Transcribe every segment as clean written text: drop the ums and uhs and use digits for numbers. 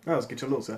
Ja, das geht schon los, ja.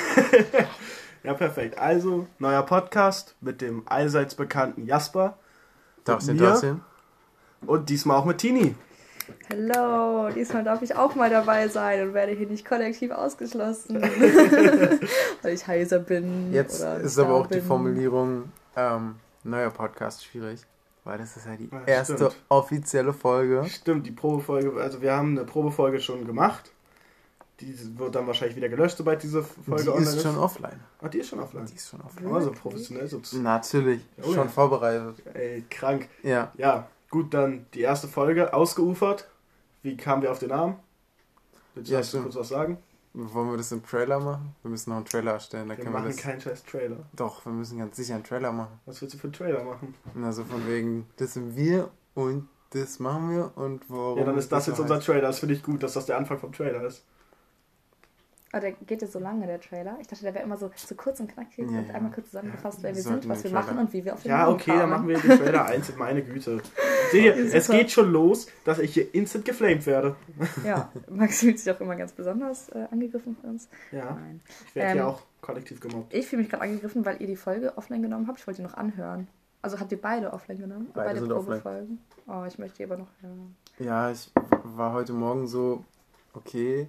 Ja, perfekt. Also, neuer Podcast mit dem allseits bekannten Jasper. Dachchen. Und diesmal auch mit Tini. Hallo, diesmal darf ich auch mal dabei sein und werde hier nicht kollektiv ausgeschlossen, weil ich heiser bin. Jetzt oder ist aber auch die Formulierung neuer Podcast schwierig, weil das ist ja die erste offizielle Folge. Stimmt, die Probefolge, also wir haben eine Probefolge schon gemacht. Die wird dann wahrscheinlich wieder gelöscht, sobald diese Folge online ist. Die ist schon offline. Ah, die ist schon offline? Die ist schon offline. Aber so professionell. So natürlich, schon vorbereitet. Ey, krank. Ja. Ja, gut, dann die erste Folge, ausgeufert. Wie kamen wir auf den Namen? Willst du kurz was sagen? Wollen wir das im Trailer machen? Wir müssen noch einen Trailer erstellen. Wir machen keinen scheiß Trailer. Doch, wir müssen ganz sicher einen Trailer machen. Was willst du für einen Trailer machen? Also von wegen, das sind wir und das machen wir und warum... Ja, dann ist das jetzt unser Trailer. Das finde ich gut, dass das der Anfang vom Trailer ist. Oh, der geht jetzt so lange, der Trailer. Ich dachte, der wäre immer so kurz und knackig und einmal kurz zusammengefasst, wer wir sind, was wir machen und wie wir auf den Namen okay, dann machen wir den Trailer einzeln, meine Güte. Seht ihr, es geht schon los, dass ich hier instant geflamed werde. Ja, Max fühlt sich auch immer ganz besonders angegriffen von uns. Ja, Nein. Ich werde hier auch kollektiv gemobbt. Ich fühle mich gerade angegriffen, weil ihr die Folge offline genommen habt. Ich wollte die noch anhören. Also habt ihr beide offline genommen? Beide Probefolgen? Oh, ich möchte die aber noch hören. Ja, ich war heute Morgen so, okay...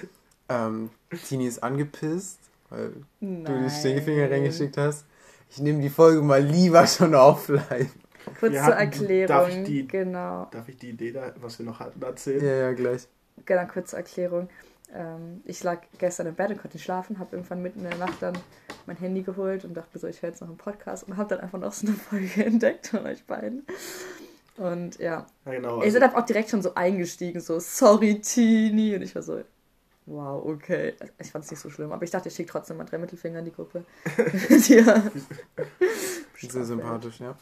Tini ist angepisst, weil du die Stinkefinger reingeschickt hast. Ich nehme die Folge mal lieber schon offline. Kurz zur Erklärung. Darf ich die Idee, da, was wir noch hatten, erzählen? Ja, gleich. Genau, kurz zur Erklärung. Ich lag gestern im Bett und konnte nicht schlafen, habe irgendwann mitten in der Nacht dann mein Handy geholt und dachte so, ich höre jetzt noch einen Podcast und habe dann einfach noch so eine Folge entdeckt von euch beiden. Und ja, genau, ihr seid auch direkt schon so eingestiegen, so, sorry Tini. Und ich war so... Wow, okay. Ich fand es nicht so schlimm, aber ich dachte, ich schicke trotzdem mal 3 Mittelfinger in die Gruppe. Ja. Sehr sympathisch, ja.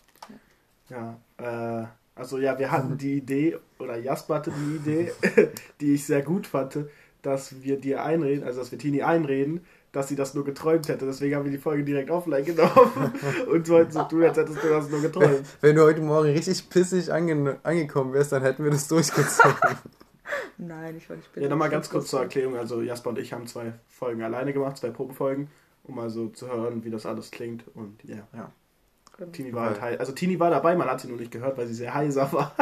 Ja, also ja, wir hatten die Idee, oder Jasper hatte die Idee, die ich sehr gut fand, dass wir dir einreden, also dass wir Tini einreden, dass sie das nur geträumt hätte. Deswegen haben wir die Folge direkt offline genommen und wollten so tun, als hättest du das nur geträumt. Wenn du heute Morgen richtig pissig angekommen wärst, dann hätten wir das durchgezogen. Nein, ich war nicht bitte. Ja, nochmal ganz kurz zur Erklärung. Also Jasper und ich haben 2 Folgen alleine gemacht, 2 Probefolgen, um mal so zu hören, wie das alles klingt. Und ja. Tini war Tini war dabei, man hat sie nur nicht gehört, weil sie sehr heiser war.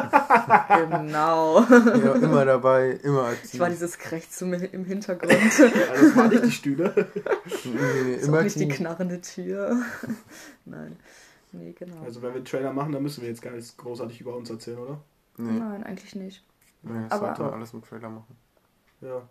Genau. Ja, immer dabei, immer aktiv. Ich war dieses Krächzen im Hintergrund. Also das war nicht die Stühle. Nee, das war nicht die knarrende Tür. Nein. Nee, genau. Also wenn wir einen Trailer machen, dann müssen wir jetzt gar nicht großartig über uns erzählen, oder? Nee. Nein, eigentlich nicht. Nee, das sollte man alles im Trailer machen. Ja.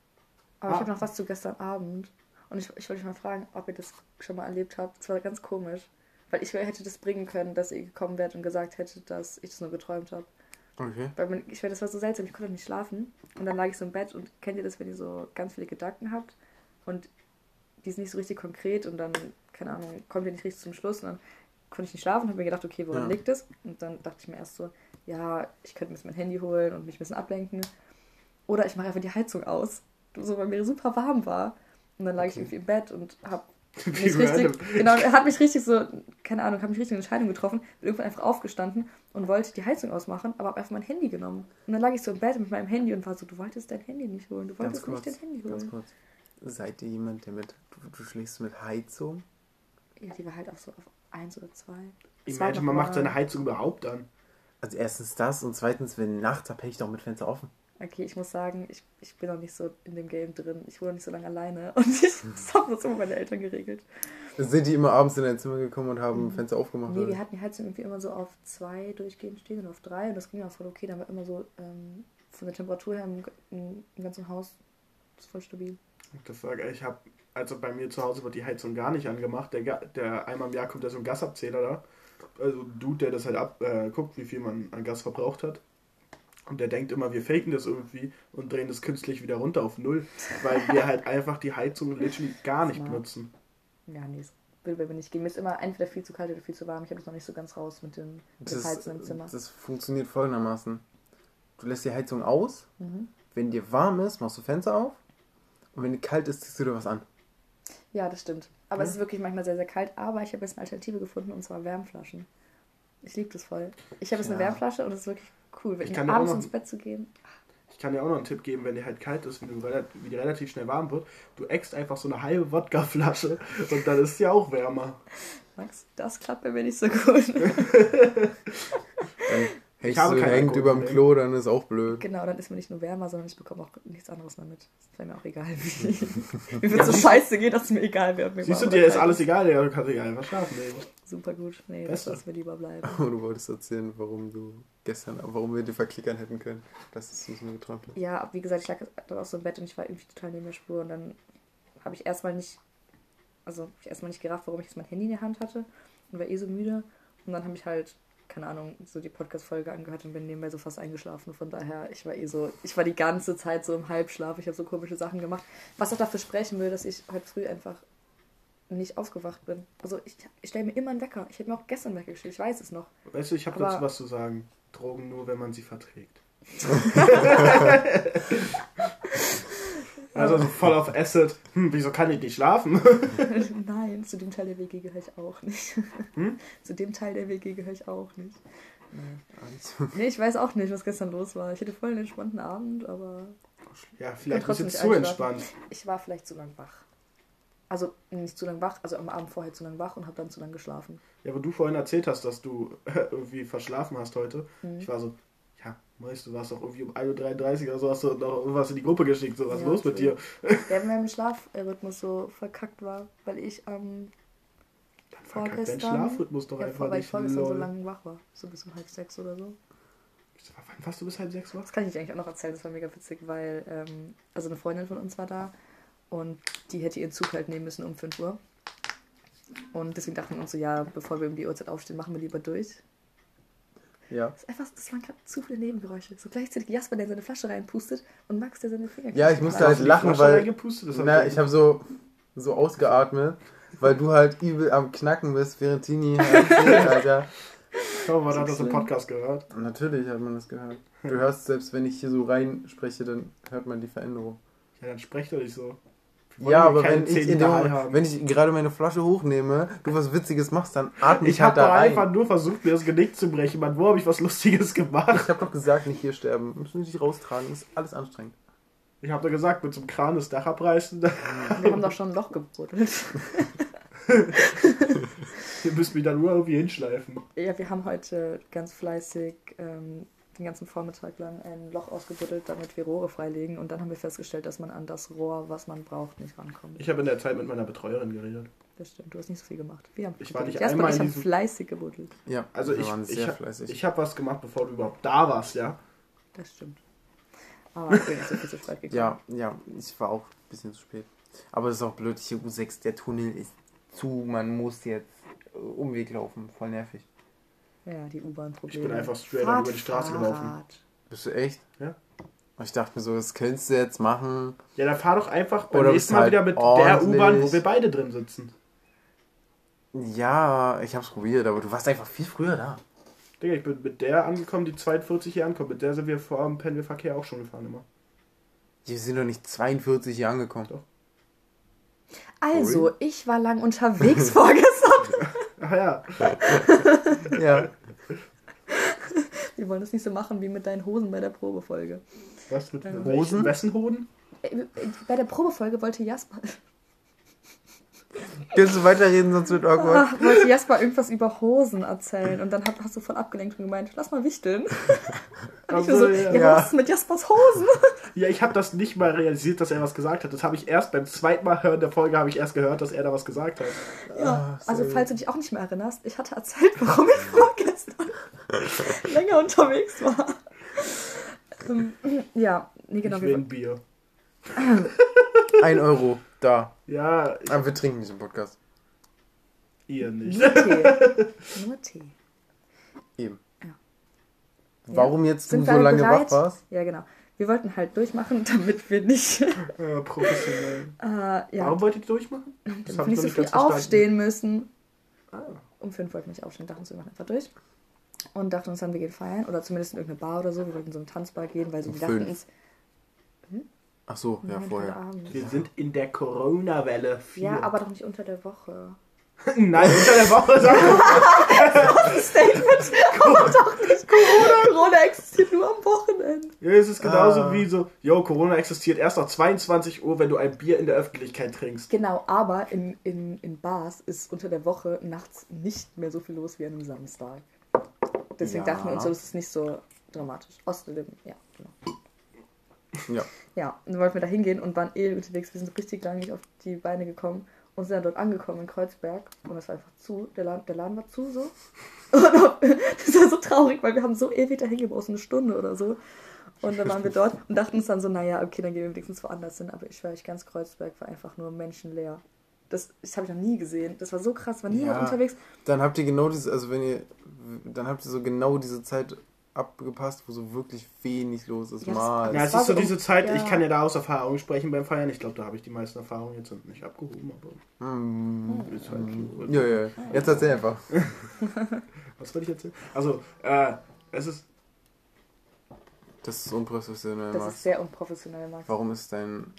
Aber ich habe noch was zu gestern Abend. Und ich wollte euch mal fragen, ob ihr das schon mal erlebt habt. Das war ganz komisch. Weil ich hätte das bringen können, dass ihr gekommen wärt und gesagt hättet, dass ich das nur geträumt habe. Okay. Weil das war so seltsam, ich konnte nicht schlafen. Und dann lag ich so im Bett und kennt ihr das, wenn ihr so ganz viele Gedanken habt und die sind nicht so richtig konkret und dann, keine Ahnung, kommt ihr nicht richtig zum Schluss und dann konnte ich nicht schlafen und habe mir gedacht, okay, woran liegt das? Und dann dachte ich mir erst so, ja, ich könnte mir jetzt mein Handy holen und mich ein bisschen ablenken. Oder ich mache einfach die Heizung aus. So, weil mir super warm war. Und dann lag ich irgendwie im Bett und habe mich richtig, hat mich richtig so, keine Ahnung, habe mich richtig eine Entscheidung getroffen, bin irgendwann einfach aufgestanden und wollte die Heizung ausmachen, aber habe einfach mein Handy genommen. Und dann lag ich so im Bett mit meinem Handy und war so, du wolltest dein Handy nicht holen, du wolltest nicht dein Handy holen. Ganz kurz, seid ihr jemand, der du schläfst mit Heizung? Ja, die war halt auch so auf 1 oder 2. Imagine, man macht seine Heizung überhaupt an. Also erstens das und zweitens, wenn nachts habe ich doch mit Fenster offen. Okay, ich muss sagen, ich bin noch nicht so in dem Game drin. Ich wohne noch nicht so lange alleine und das haben das immer meine Eltern geregelt. Sind die immer abends in dein Zimmer gekommen und haben Fenster aufgemacht? Nee, wir hatten die Heizung irgendwie immer so auf 2 durchgehend stehen und auf 3 und das ging auch voll okay. Dann war immer so von der Temperatur her im ganzen Haus voll stabil. Ich habe, also bei mir zu Hause wird die Heizung gar nicht angemacht. Der einmal im Jahr kommt so ein Gasabzähler da. Also ein Dude, der das halt guckt, wie viel man an Gas verbraucht hat. Und der denkt immer, wir faken das irgendwie und drehen das künstlich wieder runter auf 0, weil wir halt einfach die Heizung literally gar nicht benutzen. Ja, nee, das will bei mir nicht gehen. Mir ist immer entweder viel zu kalt oder viel zu warm. Ich habe es noch nicht so ganz raus mit dem Heizen im Zimmer. Das funktioniert folgendermaßen. Du lässt die Heizung aus, wenn dir warm ist, machst du Fenster auf und wenn dir kalt ist, ziehst du dir was an. Ja, das stimmt. Aber es ist wirklich manchmal sehr, sehr kalt. Aber ich habe jetzt eine Alternative gefunden und zwar Wärmflaschen. Ich liebe das voll. Ich habe jetzt eine Wärmflasche und es ist wirklich cool, wenn abends ins Bett zu gehen. kann dir auch noch einen Tipp geben, wenn dir halt kalt ist, wie die relativ schnell warm wird, du eckst einfach so eine halbe Wodkaflasche und dann ist sie auch wärmer. Max, das klappt bei mir nicht so gut. Hängt über dem Klo, dann ist auch blöd. Genau, dann ist mir nicht nur wärmer, sondern ich bekomme auch nichts anderes mehr mit. Das wäre mir auch egal, wie mir so scheiße geht, dass es mir egal wäre. Siehst du, dir ist alles egal, ja, du kannst dich einfach schlafen legen. Super gut. Nee, das lassen wir lieber bleiben. Oh, du wolltest erzählen, warum wir die verklickern hätten können. Das ist uns nur geträumt. Ja, wie gesagt, ich lag dann auch so im Bett und ich war irgendwie total neben der Spur und dann habe ich erstmal nicht gerafft, warum ich jetzt mein Handy in der Hand hatte und war so müde und dann habe ich halt keine Ahnung, so die Podcast-Folge angehört und bin nebenbei so fast eingeschlafen. Von daher, ich war die ganze Zeit so im Halbschlaf. Ich habe so komische Sachen gemacht. Was auch dafür sprechen will, dass ich heute früh einfach nicht aufgewacht bin. Also ich stelle mir immer einen Wecker. Ich hätte mir auch gestern einen Wecker gestellt. Ich weiß es noch. Weißt du, ich habe dazu was zu sagen. Drogen nur, wenn man sie verträgt. Also voll auf Acid. Wieso kann ich nicht schlafen? Nein, zu dem Teil der WG gehöre ich auch nicht. Zu dem Teil der WG gehöre ich auch nicht. Nee, ich weiß auch nicht, was gestern los war. Ich hatte voll einen entspannten Abend, aber... Ja, vielleicht ein bisschen zu entspannt. Ich war vielleicht zu lang wach. Also nicht zu lang wach, also am Abend vorher zu lang wach und habe dann zu lang geschlafen. Ja, aber du vorhin erzählt hast, dass du irgendwie verschlafen hast heute. Ich war so... Ja, weißt du, warst doch irgendwie um 1.33 Uhr oder so, hast du noch irgendwas in die Gruppe geschickt, so, was ist los mit dir? Ja, wenn mein Schlafrhythmus so verkackt war, weil ich vorgestern... Dein Schlafrhythmus doch einfach weil ich vorgestern so lange wach war, so bis um 5:30 oder so. Wann warst du bis 5:30 wach? Das kann ich eigentlich auch noch erzählen, das war mega witzig, weil also eine Freundin von uns war da und die hätte ihren Zug halt nehmen müssen um 5 Uhr. Und deswegen dachten wir uns so, ja, bevor wir um die Uhrzeit aufstehen, machen wir lieber durch. Ja. Das waren gerade zu viele Nebengeräusche. So gleichzeitig Jasper, der seine Flasche reinpustet und Max, der seine Finger... Ja, ich musste halt lachen, weil... Ich habe so ausgeatmet, weil du halt übel am Knacken bist, während Tini erzählt, Alter. Schau mal, man hat das im Podcast gehört. Natürlich hat man das gehört. Du hörst, selbst wenn ich hier so rein spreche, dann hört man die Veränderung. Ja, dann sprech doch nicht so. Ja, aber wenn ich gerade meine Flasche hochnehme, du was Witziges machst, dann atme ich halt da rein. Ich habe einfach nur versucht, mir das Genick zu brechen. Mann, wo habe ich was Lustiges gemacht? Ich habe doch gesagt, nicht hier sterben. Müssen nicht raustragen, das ist alles anstrengend. Ich habe doch gesagt, mit so einem Kran das Dach abreißen. Wir haben doch schon ein Loch gebuddelt. Ihr müsst mich dann nur irgendwie hinschleifen. Ja, wir haben heute ganz fleißig den ganzen Vormittag lang ein Loch ausgebuddelt, damit wir Rohre freilegen. Und dann haben wir festgestellt, dass man an das Rohr, was man braucht, nicht rankommt. Ich habe in der Zeit mit meiner Betreuerin geredet. Das stimmt, du hast nicht so viel gemacht. Wir haben ich war nicht Jasper einmal und ich haben fleißig gebuddelt. Ja, also ich habe was gemacht, bevor du überhaupt da warst, ja? Das stimmt. Aber ich bin nicht so viel zu spät gekommen. Ja, ich war auch ein bisschen zu spät. Aber das ist auch blöd, hier U6, der Tunnel ist zu, man muss jetzt Umweg laufen, voll nervig. Ja, die U-Bahn-Probleme. Ich bin einfach straight über die Straße gelaufen. Bist du echt? Ja. Ich dachte mir so, das könntest du jetzt machen. Ja, dann fahr doch einfach beim nächsten Mal wieder mit der U-Bahn, wo wir beide drin sitzen. Ja, ich hab's probiert, aber du warst einfach viel früher da. Digga, ich bin mit der angekommen, die 42 hier ankommt. Mit der sind wir vor dem Pendelverkehr auch schon gefahren immer. Die sind doch nicht 42 hier angekommen. Doch. Also, ich war lang unterwegs vorgestern. Ach ja. Ja. Wir wollen das nicht so machen wie mit deinen Hosen bei der Probefolge. Was mit Hosen? Wessen Hoden? Bei der Probefolge wollte Jasper... Kannst du weiterreden, sonst wird awkward. Wollte Jasper irgendwas über Hosen erzählen und dann hast du voll abgelenkt und gemeint, lass mal wichteln. Und ich so, was ist mit Jaspers Hosen? Ja, ich habe das nicht mal realisiert, dass er was gesagt hat. Das habe ich erst beim zweiten Mal hören der Folge gehört, dass er da was gesagt hat. Ja, also falls du dich auch nicht mehr erinnerst, ich hatte erzählt, warum ich vorgestern länger unterwegs war. Ja, nee, genau. Ich will ein Bier. 1 Euro, da. Ja. Aber wir trinken nicht im Podcast. Ihr nicht. Nur Tee. Eben. Ja. Warum jetzt du so lange wach warst? Ja, genau. Wir wollten halt durchmachen, damit wir nicht... professionell. Ja. Warum wollt ihr durchmachen? Damit wir nicht so viel aufstehen müssen. Um 5 wollten wir nicht aufstehen, dachten uns, wir machen einfach durch. Und dachten uns dann, wir gehen feiern. Oder zumindest in irgendeine Bar oder so. Wir wollten in so eine Tanzbar gehen, weil so die dachten uns... Ach so, ja, vorher. Wir sind in der Corona-Welle 4. Ja, aber doch nicht unter der Woche. Nein, unter der Woche sagt Statement. Aber doch nicht Corona. Corona existiert nur am Wochenende. Ja, es ist genauso wie so, Corona existiert erst nach 22 Uhr, wenn du ein Bier in der Öffentlichkeit trinkst. Genau, aber in Bars ist unter der Woche nachts nicht mehr so viel los wie an einem Samstag. Deswegen dachten wir uns so, das ist nicht so dramatisch. Außerdem, ja, genau. Ja. Ja, und dann wollten wir da hingehen und waren unterwegs. Wir sind richtig lange nicht auf die Beine gekommen und sind dann dort angekommen in Kreuzberg. Und es war einfach zu. Der Laden war zu so. Und das war so traurig, weil wir haben so ewig dahin gebraucht, so eine Stunde oder so. Und dann waren wir dort und dachten uns dann so, naja, okay, dann gehen wir wenigstens woanders hin. Aber ich schwöre euch, ganz Kreuzberg war einfach nur menschenleer. Das habe ich noch nie gesehen. Das war so krass, war niemand unterwegs. Dann habt ihr genau diese, dann habt ihr so genau diese Zeit abgepasst, wo so wirklich wenig los ist. Ja, es ist so diese Zeit, ich kann ja da aus Erfahrung sprechen beim Feiern. Ich glaube, da habe ich die meisten Erfahrungen jetzt nicht abgehoben, aber ist halt so. Ja. Jetzt erzähl einfach. Was soll ich erzählen? Also, es ist... Das ist unprofessionell, Das Max. ist sehr unprofessionell, Max. Warum ist dein...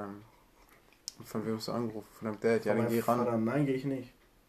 von wem hast du angerufen? Von deinem Dad? Ja, dann geh ran. Vater. Nein, gehe ich nicht.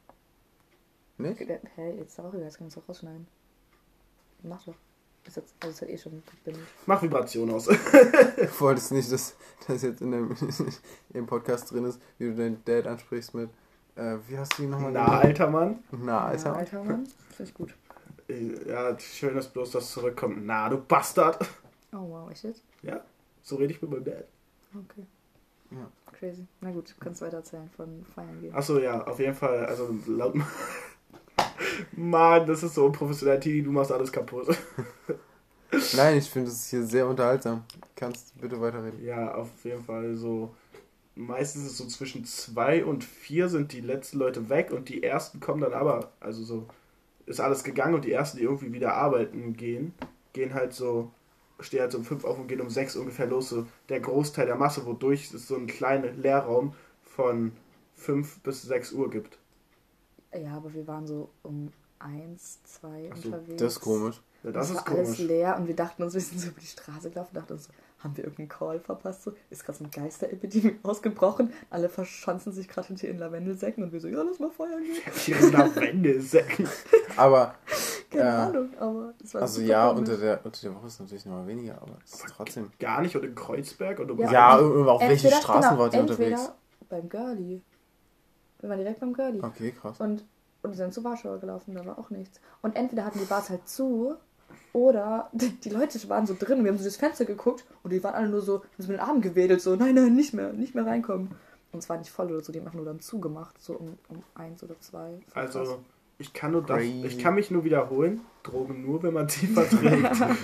Nicht? Hey, jetzt darüber, jetzt kannst du auch rausschneiden. Mach doch. Das ist halt eh schon gebündelt. Mach Vibration aus. Du wolltest nicht, dass das jetzt im Podcast drin ist, wie du deinen Dad ansprichst mit, wie hast du ihn nochmal genannt? Alter Mann. Alter Mann. Finde ich gut. Ja, schön, dass bloß das zurückkommt. Du Bastard. Oh wow, echt jetzt? Ja, so rede ich mit meinem Dad. Okay. Ja. Crazy. Na gut, du kannst weiter erzählen von Feiern gehen. Achso, ja, auf jeden Fall, also laut... Mann, das ist so unprofessionell. Tini, du machst alles kaputt. Nein, ich finde es hier sehr unterhaltsam. Kannst du bitte weiterreden? Ja, auf jeden Fall so. Meistens ist es so zwischen 2 und 4 sind die letzten Leute weg und die ersten kommen dann aber, also so, ist alles gegangen und die ersten, die irgendwie wieder arbeiten gehen halt so, stehen halt so um 5 auf und gehen um 6 ungefähr los. So der Großteil der Masse, wodurch es so einen kleinen Leerraum von 5 bis 6 Uhr gibt. Ja, aber wir waren so um 1, 2 unterwegs. Das ist komisch. Ja, das ist war komisch. Alles leer und wir dachten uns, wir sind so über die Straße gelaufen und dachten uns so, haben wir irgendeinen Call verpasst? So, ist gerade so eine Geisterepidemie ausgebrochen? Alle verschanzen sich gerade hinter ihren Lavendelsäcken und wir so, ja, lass mal feiern gehen. Ihre Lavendelsäcken. Aber... Keine Ahnung, aber das war also super ja, komisch. unter der Woche ist natürlich noch mal weniger, aber es ist trotzdem... Gar nicht, und in Kreuzberg? Und Ja, auf welchen Straßen genau, wart ihr unterwegs? Entweder beim Girlie. Wir waren direkt beim Girlie. Okay, krass. Und wir sind zu Warschau gelaufen, da war auch nichts. Und entweder hatten die Bars halt zu, oder die Leute waren so drin. Wir haben so das Fenster geguckt und die waren alle nur so, haben so mit den Armen gewedelt, so, nein, nicht mehr reinkommen. Und es war nicht voll oder so, die haben einfach nur dann zugemacht, so um 1 oder 2. Also, ich kann mich nur wiederholen, Drogen nur, wenn man sie verträgt.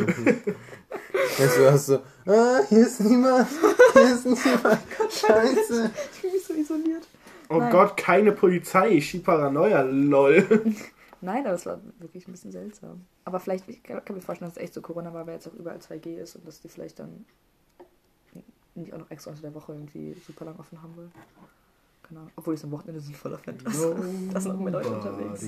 Du hast so, hier ist niemand, scheiße. Ich fühle mich so isoliert. Oh Nein. Gott, keine Polizei, ich schieb Paranoia, lol. Nein, aber es war wirklich ein bisschen seltsam. Aber vielleicht, ich kann mir vorstellen, dass es echt so Corona war, weil jetzt auch überall 2G ist und dass die vielleicht dann nicht auch noch extra unter der Woche irgendwie super lang offen haben wollen. Genau. Obwohl es am Wochenende sinnvoller fände. Da sind noch mehr Leute unterwegs.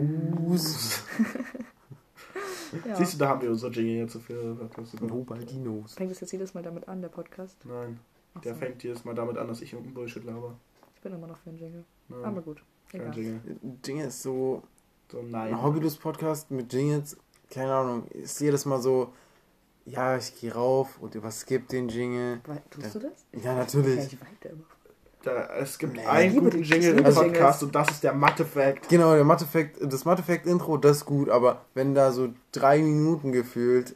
Ja. Siehst du, da haben wir unsere Jingle jetzt so viel. Nobody knows. Fängt es jetzt jedes Mal damit an, der Podcast? Nein, der fängt jedes Mal damit an, dass ich irgendeinen Bullshit laber. Ich bin immer noch für einen Jingle. Nein. Aber gut. Egal. Jingle ist so nein. Ein Hobbylos-Podcast mit Jingles, keine Ahnung, ist jedes Mal so, ja, ich gehe rauf und überskip den Jingle. Tust du das? Ja, natürlich. Ich weite immer. Es gibt einen guten Jingle im Podcast und das ist der Mathe-Fact. Genau, das Mathe-Fact-Intro, das ist gut, aber wenn da so 3 Minuten gefühlt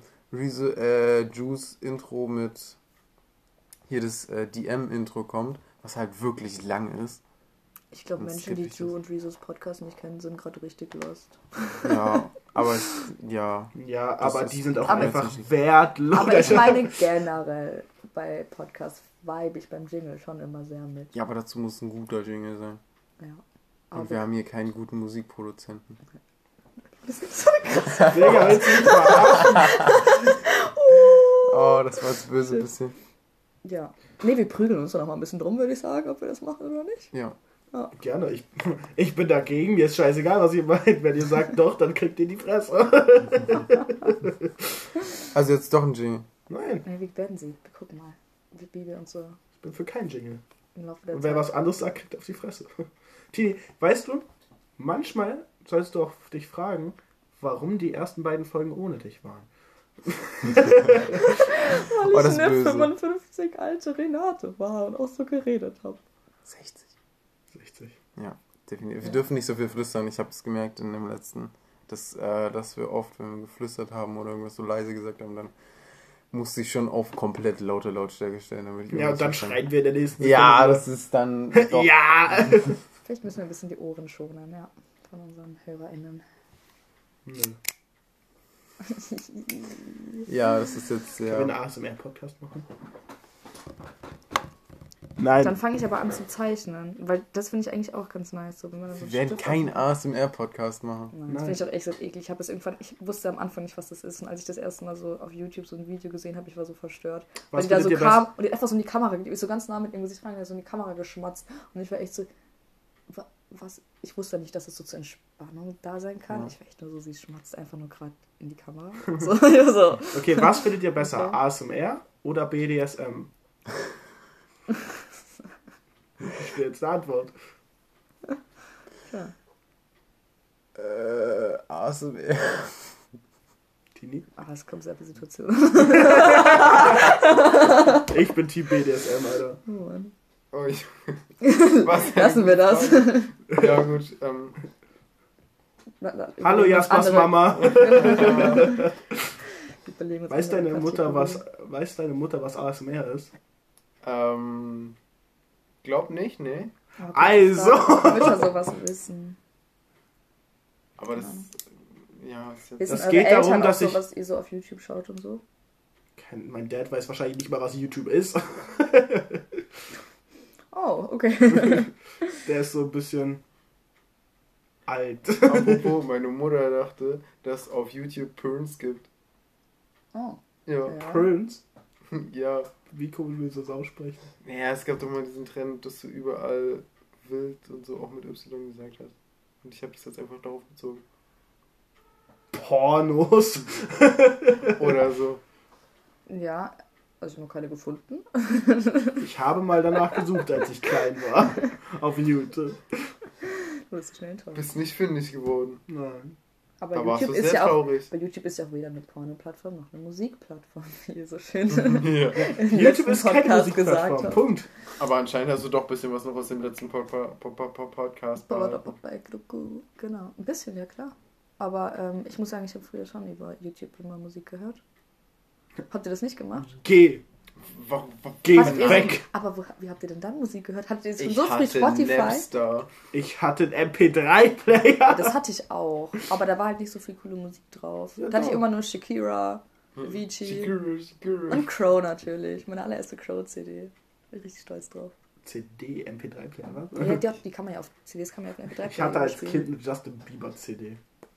Juice-Intro mit hier das DM-Intro kommt, was halt wirklich lang ist. Ich glaube, Menschen, die Ju und Rezos Podcast nicht kennen, sind gerade richtig lost. Ja, aber Ja, aber die sind auch einfach wertlos. Aber ich meine generell, bei Podcasts vibe ich beim Jingle schon immer sehr mit. Ja, aber dazu muss ein guter Jingle sein. Ja. Und wir haben hier keinen guten Musikproduzenten. Das ist so krass. Digga, willst du mich verarschen? Oh, das war jetzt böse ein bisschen. Ja. Nee, wir prügeln uns da noch mal ein bisschen drum, würde ich sagen, ob wir das machen oder nicht. Ja. Ja. Gerne, ich bin dagegen, mir ist scheißegal, was ihr meint. Wenn ihr sagt doch, dann kriegt ihr die Fresse. Also jetzt doch ein Jingle. Nein. Nee, wie werden sie? Wir gucken mal. Wie wir uns so... Ich bin für keinen Jingle. im Laufe der Und wer Zeit. was anderes sagt, kriegt auf die Fresse. Tini, weißt du, manchmal sollst du auch dich fragen, warum die ersten beiden Folgen ohne dich waren. Weil ich eine böse. 55 alte Renate war und auch so geredet habe. 60. 60. Ja, definitiv. Wir dürfen nicht so viel flüstern. Ich habe es gemerkt in dem letzten, dass wir oft, wenn wir geflüstert haben oder irgendwas so leise gesagt haben, dann musste ich schon auf komplett laute Lautstärke stellen. Damit ich Ja, und dann schreien wir in der nächsten Ja, Sekunde. das ist dann... Doch. Ja! Vielleicht müssen wir ein bisschen die Ohren schonen, ja. Von unseren HörerInnen. Nö. Ja, das ist jetzt Können wir sehr... einen ASMR-Podcast machen? Nein. Dann fange ich aber an zu zeichnen, weil das finde ich eigentlich auch ganz nice. So, wenn man dann so Wir werden Stift keinen aufmacht. ASMR-Podcast machen. Nein, das finde ich auch echt so eklig. Ich wusste am Anfang nicht, was das ist. Und als ich das erste Mal so auf YouTube so ein Video gesehen habe, ich war so verstört. Weil Was die da so findet ihr kam und die hat einfach so in die Kamera, die ist so ganz nah mit dem Gesicht rein, die hat so in die Kamera geschmatzt. Und ich war echt so, was? Ich wusste nicht, dass es so zur Entspannung da sein kann. Ja. Ich war echt nur so, sie schmatzt einfach nur gerade in die Kamera. So, so. Okay, was findet ihr besser? Okay. ASMR oder BDSM? Ich will jetzt eine Antwort. Ja. ASMR. Tini? Aber es kommt sehr auf die Situation. Ich bin Team BDSM, Alter. Oh Mann. Oh, Was Lassen wir das. Ja, gut. Hallo Jaspers andere- Mama. Wir überlegen uns Weiß andere deine Mutter, Kategorien. was ASMR ist? Glaub nicht, ne? Okay, Also. Ich will schon sowas wissen. Aber das... Ja, ist jetzt... Wissen Das eure geht Eltern darum, auch dass so, ich- was ihr so auf YouTube schaut und so? Mein Dad weiß wahrscheinlich nicht mal, was YouTube ist. Oh, okay. Der ist so ein bisschen alt. Apropos, meine Mutter dachte, dass es auf YouTube Perns gibt. Oh. Ja. Ja. Prince? Ja. Wie komisch willst du das aussprechen? Ja, es gab doch mal diesen Trend, dass du überall wild und so auch mit Y gesagt hast. Und ich habe das jetzt einfach darauf bezogen. Pornos. Oder so. Ja, also ich habe noch keine gefunden. Ich habe mal danach gesucht, als ich klein war. Auf YouTube. Du bist schnell enttäuscht. Bist nicht fündig geworden. Nein. Aber Da warst YouTube du ist sehr ja auch. traurig. Bei YouTube ist ja auch weder eine Porno-Plattform noch eine Musikplattform, wie ihr so schön Ja. im YouTube letzten ist keine Podcast Musikplattform. gesagt habt. Punkt. Aber anscheinend hast du doch ein bisschen was noch aus dem letzten Podcast behalten. Genau, ein bisschen, ja klar. Aber ich muss sagen, ich habe früher schon über YouTube immer Musik gehört. Habt ihr das nicht gemacht? Geh. Geh Hattet ihr- weg. Aber wie habt ihr denn dann Musik gehört? Hattet ihr jetzt schon Ich so früh hatte Spotify? Napster. Ich hatte einen MP3-Player. Das hatte ich auch. Aber da war halt nicht so viel coole Musik drauf. Ja, da hatte ich doch. immer nur Shakira, Avicii Shakira. und Crow natürlich. Meine allererste Crow-CD. Bin richtig stolz drauf. CD, MP3-Player, was? Ja, die kann man ja auf CDs kann man ja auf MP3 Ich hatte als spielen. Kind eine Justin Bieber CD.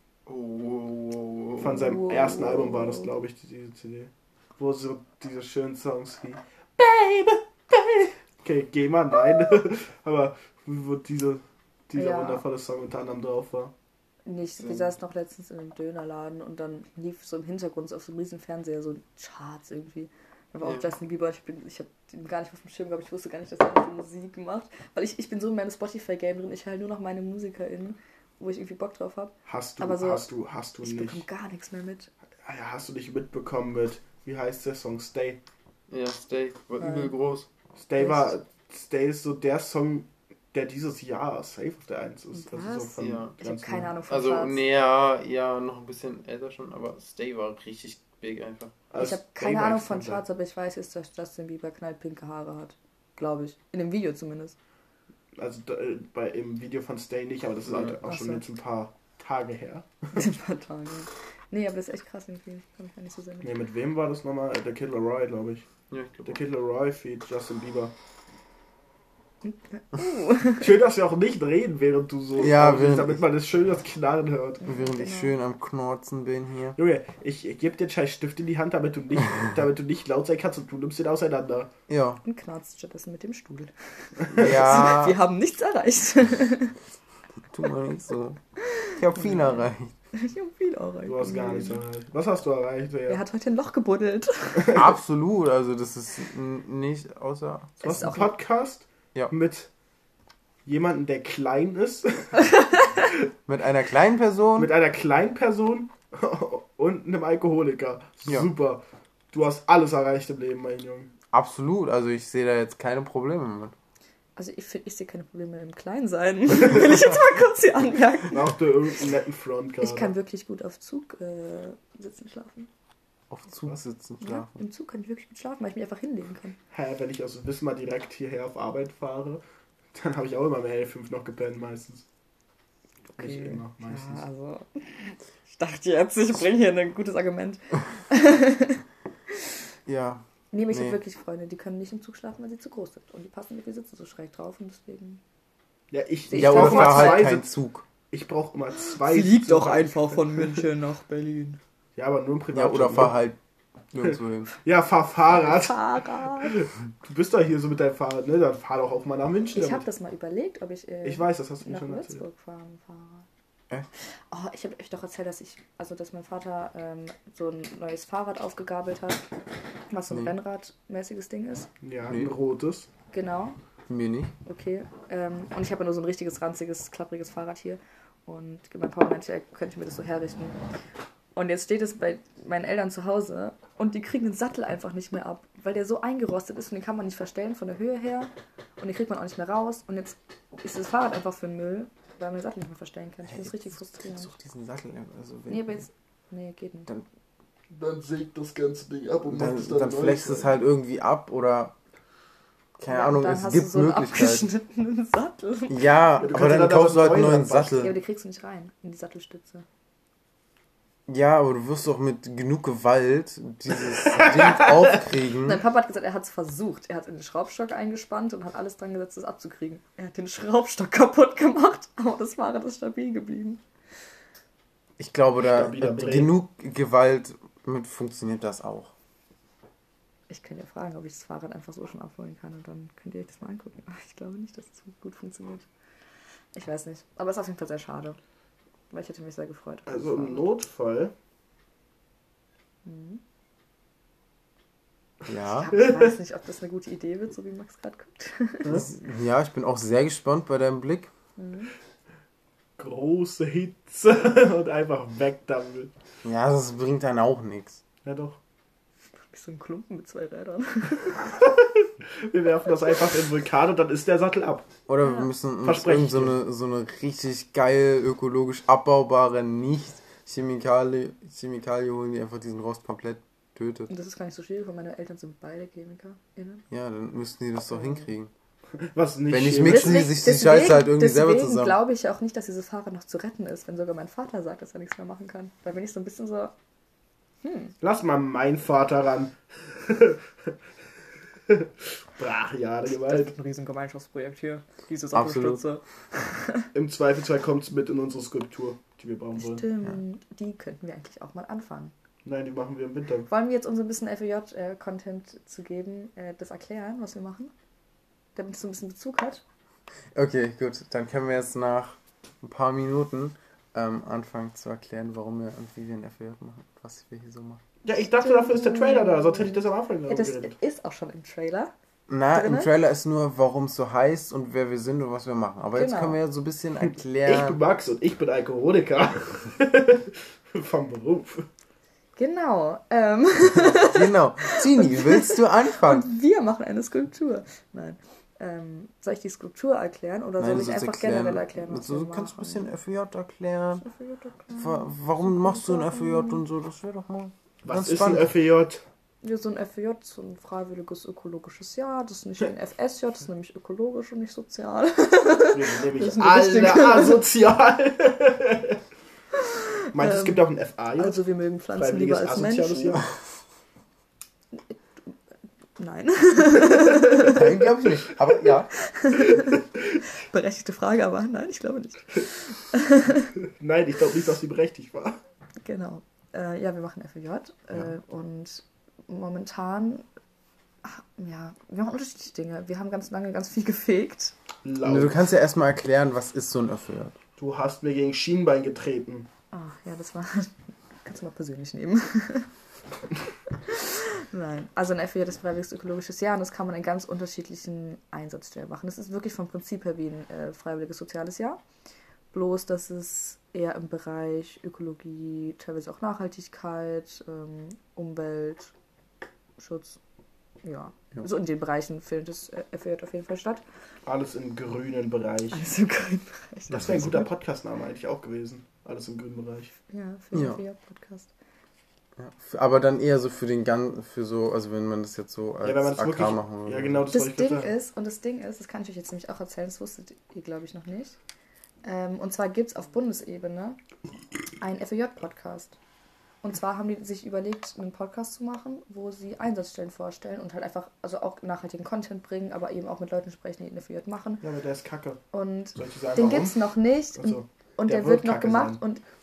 Oh. Von seinem Wow. ersten Album war das, glaube ich, diese CD. Wo so diese schönen Songs wie Baby, Baby. Okay, geh mal, nein. Aber wo dieser Ja. wundervolle Song unter anderem drauf war. Nicht, wir saßen noch letztens in einem Dönerladen und dann lief so im Hintergrund so auf so einem riesen Fernseher so ein Charts irgendwie. Da war auch Ja. Justin Bieber. Ich habe ihn gar nicht auf dem Schirm gehabt. Ich wusste gar nicht, dass er so Musik macht. Weil ich bin so in meinem Spotify-Game drin. Ich höre nur noch meine MusikerInnen, wo ich irgendwie Bock drauf habe. Hast du Aber so, hast du Ich bekomme nicht. gar nichts mehr mit. Ja, hast du nicht mitbekommen mit, wie heißt der Song? Stay. Ja, Steak war Ja. übel groß. Stay ist so der Song, der dieses Jahr safe auf der 1 ist. Also so Was? von Ja. Ich habe ganz keine neu. Ahnung von Also, Charts. nee, ja, noch ein bisschen älter schon, aber Stay war richtig big einfach. Also Ich habe Stay keine war Ahnung extrem von Charts, aber ich weiß jetzt, dass Justin Bieber knallpinke Haare hat. Glaube ich. In dem Video zumindest. Also im Video von Stay nicht, aber das ist halt auch Ach schon so. jetzt ein paar Tage her. Ein paar Tage. Nee, aber das ist echt krass irgendwie. Kann ich gar nicht so sehr mit. Nee, mit wem war das nochmal? Der Kid Laroi, glaube ich. Ja, ich Der glaube. Kid Laroi feat Justin Bieber. Uh. Schön, dass wir auch nicht reden, während du so Ja, vorliest, während damit man das schön das Knarren hört. Während ich Genau. schön am Knorzen bin hier. Junge, ich gebe dir einen scheiß Stift in die Hand, damit du nicht laut sein kannst und du nimmst den auseinander. Ja. Und knarzt stattdessen mit dem Stuhl. Ja. Wir haben nichts erreicht. Tu mal nicht so. Ich hab viel erreicht. Ich habe viel erreicht. Du hast gar nichts erreicht. Was hast du erreicht? Er hat heute ein Loch gebuddelt. Absolut, also das ist nicht außer... Du hast Ist einen auch- Podcast, Ja. mit jemandem, der klein ist, Mit einer kleinen Person. mit einer kleinen Person und einem Alkoholiker. Ja. Super. Du hast alles erreicht im Leben, mein Junge. Absolut, also ich sehe da jetzt keine Probleme mit. Also ich sehe keine Probleme im Kleinsein. Will ich jetzt mal kurz hier anmerken. Mach dir irgendeinen netten Front gerade. Ich kann wirklich gut auf Zug sitzen schlafen. Auf Zug sitzen, Ja, schlafen. im Zug kann ich wirklich gut schlafen, weil ich mich einfach hinlegen kann. Hä, wenn ich aus Wismar direkt hierher auf Arbeit fahre, dann habe ich auch immer um 11:05 noch gepennt meistens. Nicht immer, meistens. Ja, also ich dachte jetzt, ich bringe hier ein gutes Argument. Ja. Nee, aber ich habe Nee. wirklich Freunde, die können nicht im Zug schlafen, weil sie zu groß sind. Und die passen nicht, die sitzen so schräg drauf und deswegen... Ja, ich Ja, brauche oder immer fahr halt zwei kein Sitze. Zug. Ich brauche immer zwei Fliegt Sitze, doch weil ich- einfach von München nach Berlin. Ja, aber nur im Ja, Privatjet. oder fahr ne? halt nirgendwo hin. Ja, fahr Fahrrad. Fahrrad. Du bist doch hier so mit deinem Fahrrad, ne? Dann fahr doch auch mal nach München Ich habe damit. das mal überlegt, ob ich, Ich weiß, das hast du mir nach schon erzählt. Würzburg fahren fahre. Echt? Oh, ich habe euch doch erzählt, dass mein Vater so ein neues Fahrrad aufgegabelt hat, was so ein Nee. Rennradmäßiges Ding ist. Ja, Nee. ein rotes. Genau, Mir nicht. okay. Und ich habe ja nur so ein richtiges, ranziges, klappriges Fahrrad hier. Und mein Papa meinte, er könnte mir das so herrichten. Und jetzt steht es bei meinen Eltern zu Hause und die kriegen den Sattel einfach nicht mehr ab, weil der so eingerostet ist und den kann man nicht verstellen von der Höhe her und den kriegt man auch nicht mehr raus und jetzt ist das Fahrrad einfach für den Müll, weil man den Sattel nicht mehr verstellen kann. Ich finde das richtig frustrierend. Such diesen Sattel. Also wenn, Nee, aber jetzt... Nee, geht nicht. Dann sägt das ganze Ding ab und dann flext es halt irgendwie ab oder... Keine Ja, Ahnung, dann es hast gibt du so einen Möglichkeiten. abgeschnittenen Sattel. Ja, du aber kannst dann ja kaufst du halt einen neuen neuen ranbasteln. Ja, aber Sattel. die kriegst du nicht rein in die Sattelstütze. Ja, aber du wirst doch mit genug Gewalt dieses Ding aufkriegen. Mein Papa hat gesagt, er hat es versucht. Er hat in den Schraubstock eingespannt und hat alles dran gesetzt, das abzukriegen. Er hat den Schraubstock kaputt gemacht, aber das Fahrrad ist stabil geblieben. Ich glaube, da Stabiler Brain. genug Gewalt mit funktioniert das auch. Ich könnte ja fragen, ob ich das Fahrrad einfach so schon abholen kann und dann könnt ihr euch das mal angucken. Aber ich glaube nicht, dass es gut funktioniert. Ich weiß nicht. Aber es ist auf jeden Fall sehr schade. Weil ich hätte mich sehr gefreut. auf das Also im Fahrrad. Notfall. Ja. Ich weiß nicht, ob das eine gute Idee wird, so wie Max gerade guckt. Ja, ich bin auch sehr gespannt bei deinem Blick. Große Hitze und einfach weg damit. Ja, das bringt dann auch nichts. Ja doch. Bist so ein Klumpen mit 2 Rädern. Wir werfen das einfach in den Vulkan und dann ist der Sattel ab. Oder Ja. wir müssen uns Verspreche irgend ich so eine richtig geil, ökologisch abbaubare Nicht-Chemikalie holen, die einfach diesen Rost komplett tötet. Und das ist gar nicht so schwierig, weil meine Eltern sind beide ChemikerInnen. Ja, dann müssten die das doch hinkriegen. Was nicht Wenn ich chemisch- mixen die sich die Scheiße halt irgendwie selber deswegen zusammen. glaube ich auch nicht, dass dieses Fahrrad noch zu retten ist, wenn sogar mein Vater sagt, dass er nichts mehr machen kann. Weil wenn ich so ein bisschen so... Lass mal meinen Vater ran. Brachiale Gewalt. ein riesen Gemeinschaftsprojekt hier. Diese Absolut. Sattelstütze. Im Zweifelsfall kommt es mit in unsere Skulptur, die wir bauen wollen. Stimmt. Die könnten wir eigentlich auch mal anfangen. Nein, die machen wir im Winter. Wollen wir jetzt uns ein bisschen FEJ-Content zu geben, das erklären, was wir machen? Damit es so ein bisschen Bezug hat. Okay, gut. Dann können wir jetzt nach ein paar Minuten anfangen zu erklären, warum wir und wie wir ein FJ machen, was wir hier so machen. Ja, ich dachte, dafür ist der Trailer da, sonst hätte ich das am Anfang Ja, das geredet. ist auch schon im Trailer. Na, Drinne? im Trailer ist nur, warum es so heißt und wer wir sind und was wir machen. Aber jetzt Genau. können wir ja so ein bisschen Ich bin erklären. Max und ich bin Alkoholiker. Vom Beruf. Genau. Genau. Tini, willst du anfangen? Und wir machen eine Skulptur. Nein. Soll ich die Skulptur erklären oder soll du ich sollst einfach generell erklären, was du wir kannst ein machen? bisschen FJ erklären. FEJ erklären? Warum machst du ein FJ und so? Das wäre doch mal Was ganz ist ein spannend. FEJ? Ja, so ein FEJ, so ein freiwilliges ökologisches Jahr. Das ist nicht ein FSJ, das ist nämlich ökologisch und nicht sozial. Wir sind Das nämlich ist eine alle richtige- asozial. Meinst du, es gibt auch ein FAJ? Also wir mögen Pflanzen lieber Freiwilliges als asoziales Menschen. Jahr? Nein. Nein, glaube ich nicht. Aber ja. Berechtigte Frage, aber nein, ich glaube nicht. Nein, ich glaube nicht, dass sie berechtigt war. Genau. Ja, wir machen FEJ und momentan, wir machen unterschiedliche Dinge. Wir haben ganz lange ganz viel gefegt. Du Laut. kannst ja erstmal erklären, was ist so ein FJ. Du hast mir gegen Schienbein getreten. Ach ja, das war, kannst du mal persönlich nehmen. Nein. Also ein FEJ ist freiwilliges ökologisches Jahr und das kann man in ganz unterschiedlichen Einsatzstellen machen. Das ist wirklich vom Prinzip her wie ein freiwilliges soziales Jahr. Bloß, dass es eher im Bereich Ökologie, teilweise auch Nachhaltigkeit, Umweltschutz, ja. So in den Bereichen findet das FEJ auf jeden Fall statt. Alles im grünen Bereich. Alles im grünen Bereich. Das wäre ein guter Podcastname eigentlich auch gewesen. Alles im grünen Bereich. Ja, für den FEJ-Podcast. Ja, aber dann eher so für den ganzen, für so, also wenn man das jetzt so als wenn man das AK wirklich, machen würde. Ja, genau, Das Ding ist, das kann ich euch jetzt nämlich auch erzählen, das wusstet ihr, glaube ich, noch nicht. Und zwar gibt es auf Bundesebene einen FEJ-Podcast. Und zwar haben die sich überlegt, einen Podcast zu machen, wo sie Einsatzstellen vorstellen und halt einfach, also auch nachhaltigen Content bringen, aber eben auch mit Leuten sprechen, die eine FEJ machen. Ja, aber der ist kacke. Und Soll ich dir sagen, den warum? gibt es noch nicht. Also, und der wird noch kacke gemacht. sein. Und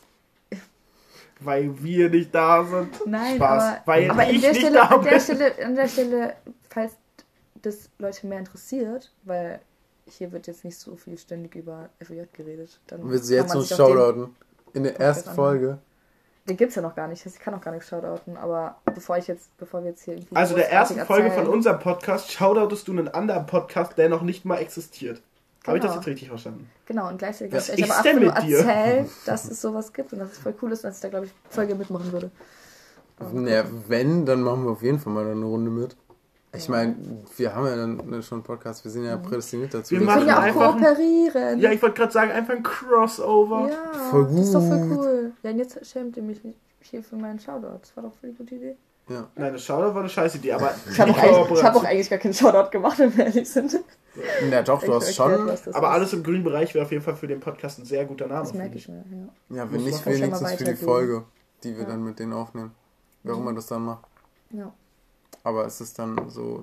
weil wir nicht da sind. nein, Spaß. Weil aber ich nicht an da der Stelle, falls das Leute mehr interessiert, weil hier wird jetzt nicht so viel ständig über FEJ geredet. Dann Willst du jetzt kann man uns sich auf den shoutouten? In der ersten Folge? Den gibt's ja noch gar nicht. Ich kann noch gar nichts shoutouten, aber bevor wir jetzt hier irgendwie. Also der ersten großartig Folge von erzählen- unserem Podcast shoutoutest du einen anderen Podcast, der noch nicht mal existiert. Habe ich das jetzt richtig verstanden? Genau, und gleichzeitig Was kann ich ist aber denn einfach nur mit dir? erzählen, dass es sowas gibt und dass es voll cool ist und dass ich da, glaube ich, voll gerne mitmachen würde. Naja, wenn, dann machen wir auf jeden Fall mal eine Runde mit. Ich meine, wir haben ja dann schon einen Podcast, wir sind ja prädestiniert dazu. Wir Wir machen können ja auch einfach kooperieren. Ja, ich wollte gerade sagen, einfach ein Crossover. Ja, Voll das ist doch voll gut. cool. Ja, und jetzt schämt ihr mich nicht hier für meinen Shoutout. Das war doch voll eine gute Idee. Ja. Nein, das Shoutout war eine scheiß Idee, aber Ich habe auch eigentlich gar keinen Shoutout gemacht, wenn wir ehrlich sind. Ja, doch, du hast schon. Aber alles im grünen Bereich wäre auf jeden Fall für den Podcast ein sehr guter Name. Das finde merke ich. ich mir, ja. Ja, wenn Muss nicht man schon mal wenigstens für die weitergeben. Folge, die wir Ja. dann mit denen aufnehmen. Wer auch immer das dann macht. Ja. Aber es ist dann so.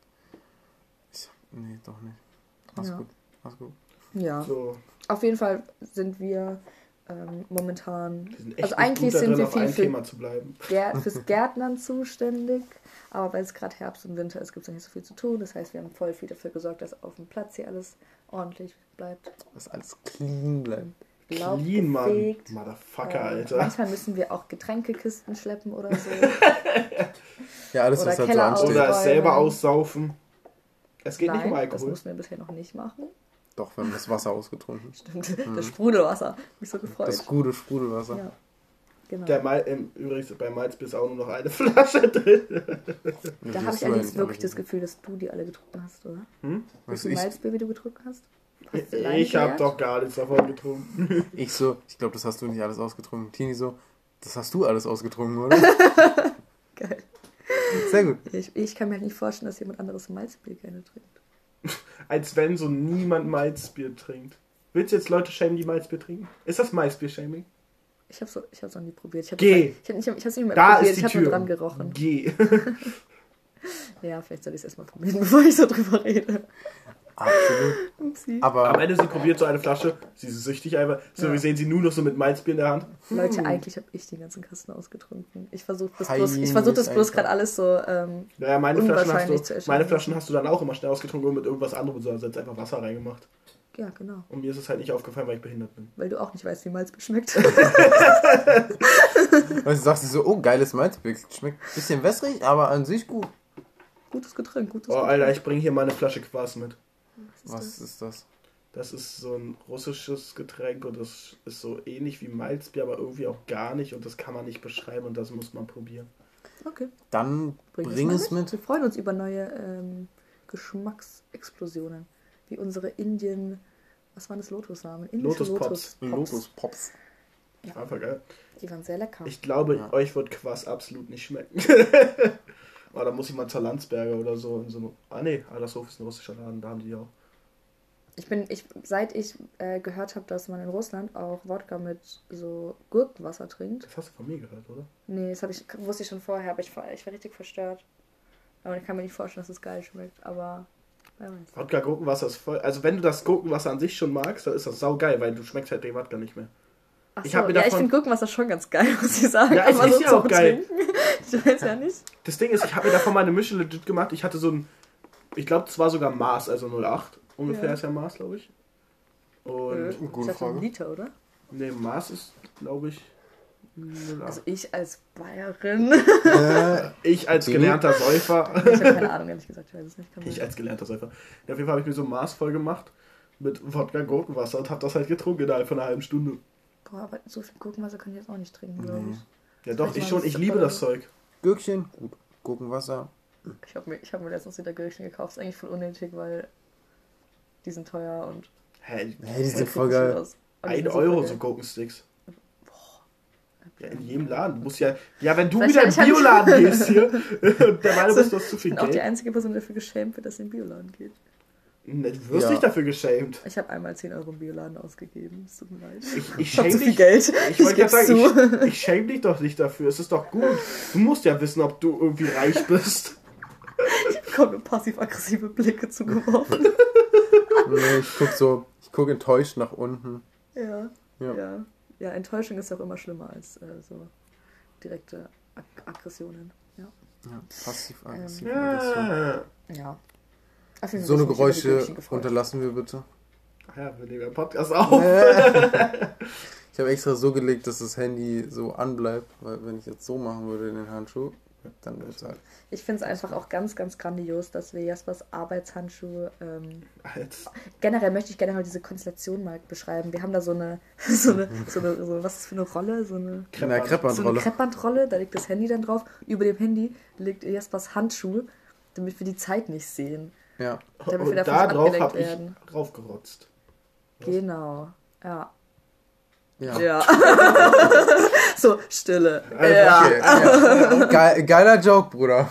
Nee, doch nicht. Alles Ja. gut. Alles gut. Ja. So, Auf jeden Fall sind wir momentan. wir sind echt Also nicht eigentlich gut da sind drin, wir auf viel ein für Thema zu bleiben. fürs Gärtnern zuständig. Aber weil es gerade Herbst und Winter ist, gibt es nicht so viel zu tun. Das heißt, wir haben voll viel dafür gesorgt, dass auf dem Platz hier alles ordentlich bleibt. Dass alles clean bleibt. Laub Clean, Mann. gefegt. Motherfucker, Alter. Manchmal müssen wir auch Getränkekisten schleppen oder so. Ja, alles, Oder was halt so Keller ansteht. Oder es selber Ausräumen. aussaufen. Es geht nicht um Nein, das Alkohol. mussten wir bisher noch nicht machen. Doch, wir haben das Wasser ausgetrunken. Stimmt, das Sprudelwasser. Mich so gefreut. Das gute Sprudelwasser. Ja, genau. Übrigens, bei Malzbier ist auch nur noch eine Flasche drin. Da habe ich allerdings wirklich das Gefühl, dass du die alle getrunken hast, oder? Was Wie viel ich, Malzbier, wie du getrunken hast? Hast du alleine Ich habe geleert? doch gar nichts davon getrunken. ich glaube, das hast du nicht alles ausgetrunken. Tini so, das hast du alles ausgetrunken, oder? Geil. Sehr gut. Ich kann mir halt nicht vorstellen, dass jemand anderes Malzbier gerne trinkt. Als wenn so niemand Malzbier trinkt. Willst du jetzt Leute schämen, die Malzbier trinken? Ist das Malzbier-Shaming? Ich hab's noch nie probiert. Geh! Ich hab's nicht mehr Da probiert, ist die ich habe Tür. nur dran gerochen. Geh! Ja, vielleicht soll ich es erstmal probieren, bevor ich so drüber rede. Absolut. Upsi. Am Aber Ende, sie probiert so eine Flasche, sie ist süchtig einfach. So, Ja. wir sehen sie nur noch so mit Malzbier in der Hand. Leute, eigentlich habe ich den ganzen Kasten ausgetrunken. Ich versuche das Peinlich bloß einfach. gerade alles so. Naja, meine Unwahrscheinlich zu erscheinen. Flaschen hast du dann auch immer schnell ausgetrunken und mit irgendwas anderem, sondern jetzt einfach Wasser reingemacht. Ja, genau. Und mir ist es halt nicht aufgefallen, weil ich behindert bin. Weil du auch nicht weißt, wie Malzbier schmeckt. weißt du, sagst du so, oh, geiles Malzbier. Schmeckt ein bisschen wässrig, aber an sich gut. Gutes Getränk, gutes Oh, Getränk. Alter, ich bringe hier mal eine Flasche Quas mit. Was ist das? Das ist so ein russisches Getränk und das ist so ähnlich wie Malzbier, aber irgendwie auch gar nicht und das kann man nicht beschreiben und das muss man probieren. Okay. Dann bring mal es mit. Wir freuen uns über neue Geschmacksexplosionen. Wie unsere Indien. Was waren das? Lotusnamen? Indische Lotus Pops. Lotus Pops. Ja. Einfach geil. Die waren sehr lecker. Ich glaube, Ja. euch wird Quass absolut nicht schmecken. Aber da muss ich mal zur Landsberger oder so in so einem. Ah nee, Adlershof ist ein russischer Laden, da haben die auch. Seit ich gehört habe, dass man in Russland auch Wodka mit so Gurkenwasser trinkt. Das hast du von mir gehört, oder? Nee, wusste ich schon vorher, aber ich war richtig verstört. Aber ich kann mir nicht vorstellen, dass es geil schmeckt, aber wer weiß. Wodka Gurkenwasser ist voll. Also wenn du das Gurkenwasser an sich schon magst, dann ist das saugeil, weil du schmeckst halt den Wodka nicht mehr. Ach Ich so, hab mir ja, ich davon- finde Gurkenwasser schon ganz geil, muss ich sagen. Ja, es aber ist so ja auch zum geil. Trinken, ich weiß ja nicht. Das Ding ist, ich habe mir davon meine Mische legit gemacht. Ich hatte so ein, ich glaube, das war sogar Maß, also 08. Ungefähr Ja. ist ja Maß, glaube ich. Und Gute Ich dachte, Frage. ein Liter, oder? ne, Maß ist, glaube ich, Also ich als Bayerin. Ich als gelernter Säufer. Ich habe keine Ahnung, ehrlich gesagt. Ich weiß es nicht. Ich als gelernter Säufer. Ja, auf jeden Fall habe ich mir so ein Maß voll gemacht mit Wodka Gurkenwasser und habe das halt getrunken innerhalb von einer halben Stunde. Boah, aber so viel Gurkenwasser kann ich jetzt auch nicht trinken, glaube ich. Ja doch, ich schon. Ich liebe das Zeug. Gürkchen, gut. Gurkenwasser. Ich hab mir letztens wieder Gürkchen gekauft. Ist eigentlich voll unnötig, weil die sind teuer und... Hey, die sind voll geil. 1 Euro so Gurkensticks. Ja, in jedem Laden. Du musst ja, wenn du Vielleicht wieder in den Bioladen gehst hier und der Meinung bist, du hast zu viel Ich bin auch die Geld. einzige Person, die dafür geschämt wird, dass sie in den Bioladen geht. Ne, du wirst nicht dafür geschämt. Ich habe einmal 10 Euro im Bioladen ausgegeben. Es tut mir leid. Ich hab schäme zu viel dich. Geld. Ich wollte geb's gerade sagen, zu. ich schäme dich doch nicht dafür. Es ist doch gut. Du musst ja wissen, ob du irgendwie reich bist. Ich bekomme nur passiv-aggressive Blicke zugeworfen. Nee, ich guck enttäuscht nach unten. Ja, Enttäuschung ist auch immer schlimmer als so direkte Aggressionen. Ja. Passiv-aggressiv. Ja. So eine Geräusche unterlassen wir bitte. Ach ja, wir nehmen ja Podcast auf. Ich habe extra so gelegt, dass das Handy so anbleibt, weil wenn ich jetzt so machen würde in den Handschuh, dann wird es halt. Ich finde es einfach auch ganz, ganz grandios, dass wir Jaspers Arbeitshandschuhe. Generell möchte ich gerne mal diese Konstellation mal beschreiben. Wir haben da so eine was ist für eine Rolle? So eine Kreppbandrolle. Da liegt das Handy dann drauf. Über dem Handy liegt Jaspers Handschuh, damit wir die Zeit nicht sehen. Ja. Damit wir Und davon da drauf abgelenkt habe ich werden. raufgerotzt. Genau. Ja. Ja. So, Stille. Okay, ja. Geiler Joke, Bruder.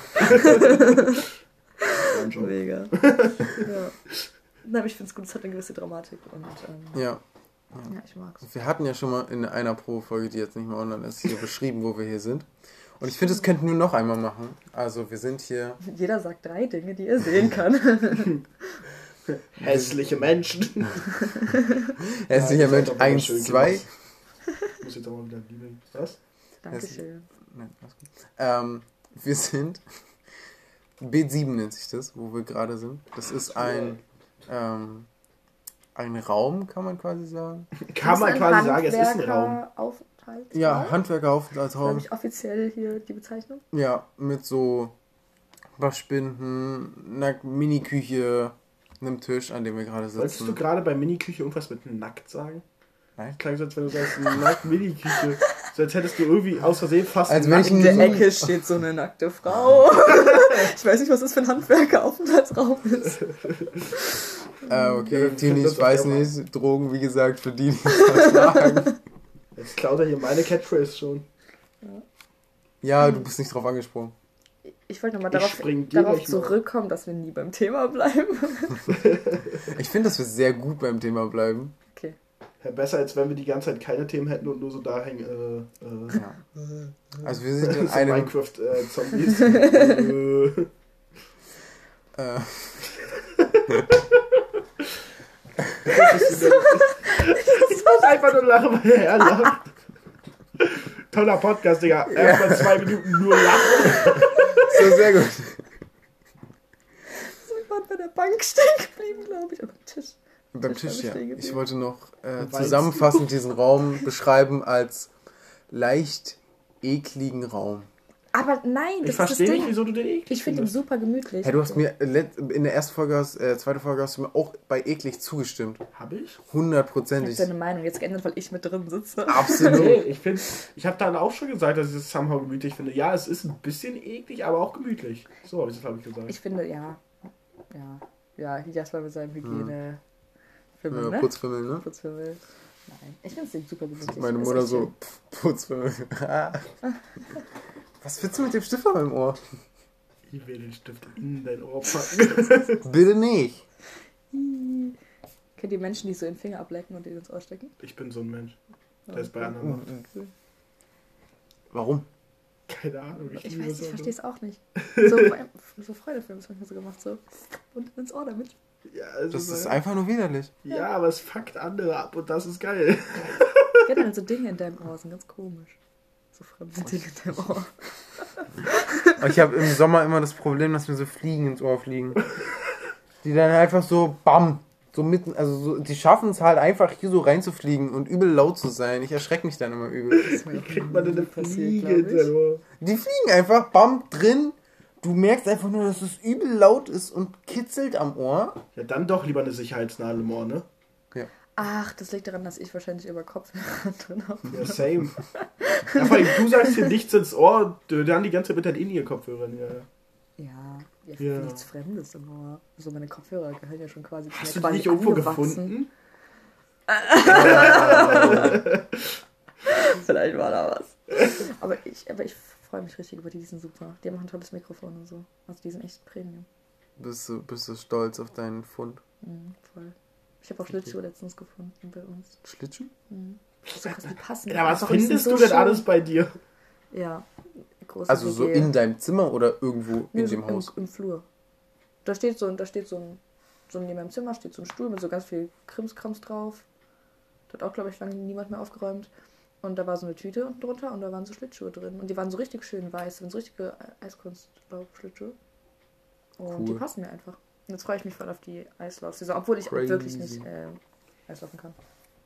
Mega. Ja. Nein, aber ich finde es gut, es hat eine gewisse Dramatik. Und, ja, ich mag's. Wir hatten ja schon mal in einer Probefolge, die jetzt nicht mehr online ist, hier beschrieben, wo wir hier sind. Und ich finde, das könnten wir noch einmal machen. Also wir sind hier... Jeder sagt 3 Dinge, die er sehen kann. Hässliche Menschen. Hässlicher Mensch 1, 2. Ich muss jetzt auch mal wieder lieben. Was? Dankeschön. Nein, alles gut. Wir sind... B7 nennt sich das, wo wir gerade sind. Das ist ein Raum, kann man quasi sagen. Kann man quasi sagen, es ist ein Raum. Ja, Handwerkeraufenthaltsraum. Habe ich offiziell hier die Bezeichnung? Ja, mit so Waschbinden, einer Mini-Küche, einem Tisch, an dem wir gerade sitzen. Wolltest du gerade bei Mini-Küche irgendwas mit nackt sagen? Nein. Das klang so, als wenn du sagst, nackt Mini-Küche. So als hättest du irgendwie aus Versehen fast... Als wenn ich in der Ecke steht so eine nackte Frau. Ich weiß nicht, was das für ein Handwerkeraufenthaltsraum ist. Okay, Teenies weiß nicht. Drogen, wie gesagt, für die, die es vertragen. Jetzt klaut er hier meine Catchphrase schon. Ja, du bist nicht drauf angesprungen. Ich wollte nochmal darauf zurückkommen, dass wir nie beim Thema bleiben. Ich finde, dass wir sehr gut beim Thema bleiben. Okay. Ja, besser, als wenn wir die ganze Zeit keine Themen hätten und nur so da hängen. Ja. Also wir sind in so einem... Minecraft-Zombies. Ich muss einfach nur lachen, weil er lacht. Toller Podcast, Digga. Erstmal 2 Minuten nur lachen. So, sehr gut. So, ich war bei der Bank stehen geblieben, glaube ich. Oder am Tisch. Beim Tisch, ja. Ich wollte noch zusammenfassend diesen Raum beschreiben als leicht ekligen Raum. Aber nein, das ich verstehe nicht, wieso du den eklig Ich finde ihn super gemütlich. Hey, du hast mir in der ersten Folge, zweite Folge hast du mir auch bei eklig zugestimmt. Habe ich? 100%. Ich habe deine Meinung jetzt geändert, weil ich mit drin sitze. Absolut. Nee, ich habe dann auch schon gesagt, dass ich es somehow gemütlich finde. Ja, es ist ein bisschen eklig, aber auch gemütlich. So habe ich das, glaube ich, gesagt. Ich finde, ja, Jasper mit seinem Hygiene... Ja, ne? Putzfimmel, ne? Putzfimmel. Nein, ich finde es super gemütlich. Meine Mutter so, Putzfimmel. Was willst du mit dem Stift an meinem Ohr? Ich will den Stift in dein Ohr packen. Bitte nicht. Kennt ihr Menschen, die so den Finger ablecken und den ins Ohr stecken? Ich bin so ein Mensch, der es bei anderen macht. Warum? Keine Ahnung. Ich verstehe es auch nicht. So Freundefilme ist manchmal so gemacht, so. Und ins Ohr damit. Ja, also das ist einfach nur widerlich. Ja, aber es fuckt andere ab und das ist geil. Generell so Dinge in deinem Ohr sind ganz komisch. So fremde Dinge in deinem Ohr. Ich habe im Sommer immer das Problem, dass mir so Fliegen ins Ohr fliegen. Die dann einfach so, bam, So mitten, also so, die schaffen es halt einfach hier so reinzufliegen und übel laut zu sein. Ich erschrecke mich dann immer übel. Wie kriegt man denn eine Fliege in sein Ohr? Die fliegen einfach, bam, drin. Du merkst einfach nur, dass es übel laut ist und kitzelt am Ohr. Ja, dann doch lieber eine Sicherheitsnadel im Ohr, ne? Ja. Ach, das liegt daran, dass ich wahrscheinlich über Kopfhörer drin habe. Ja, same. Ja, vor allem, du sagst hier nichts ins Ohr, dann die ganze Zeit mit deinen In-Ear-Kopfhörern. Ja, nichts Fremdes im Ohr. So, meine Kopfhörer gehören ja schon quasi zu mir. Hast du die nicht irgendwo gefunden? Vielleicht war da was. Aber ich freue mich richtig über die sind super. Die haben auch ein tolles Mikrofon und so. Also die sind echt Premium. Bist du stolz auf deinen Fund? Voll. Ich habe auch Schlittschuhe letztens gefunden bei uns. Schlittschuh? So krass, die passen. Ja, was einfach und die findest sind du so denn alles schön. bei dir? Ja, große Also so WG. in deinem Zimmer oder irgendwo in so dem Haus? Im Flur. Da steht so neben meinem Zimmer steht so ein Stuhl mit so ganz viel Krimskrams drauf. Da hat auch, glaube ich, lange niemand mehr aufgeräumt. Und da war so eine Tüte unten drunter und da waren so Schlittschuhe drin. Und die waren so richtig schön weiß. Das sind so richtige Eiskunstlauf-Schlittschuhe. Und die passen mir einfach. Und jetzt freue ich mich voll auf die Eislaufsaison, obwohl ich wirklich nicht Eislaufen kann.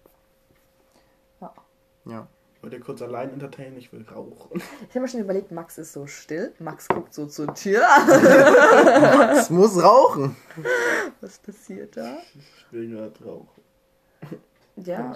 Ja. Wollt ihr kurz allein entertainen? Ich will rauchen. Ich habe mir schon überlegt, Max ist so still. Max guckt so zur Tür. Es muss rauchen. Was passiert da? Ich will gerade rauchen. Ja.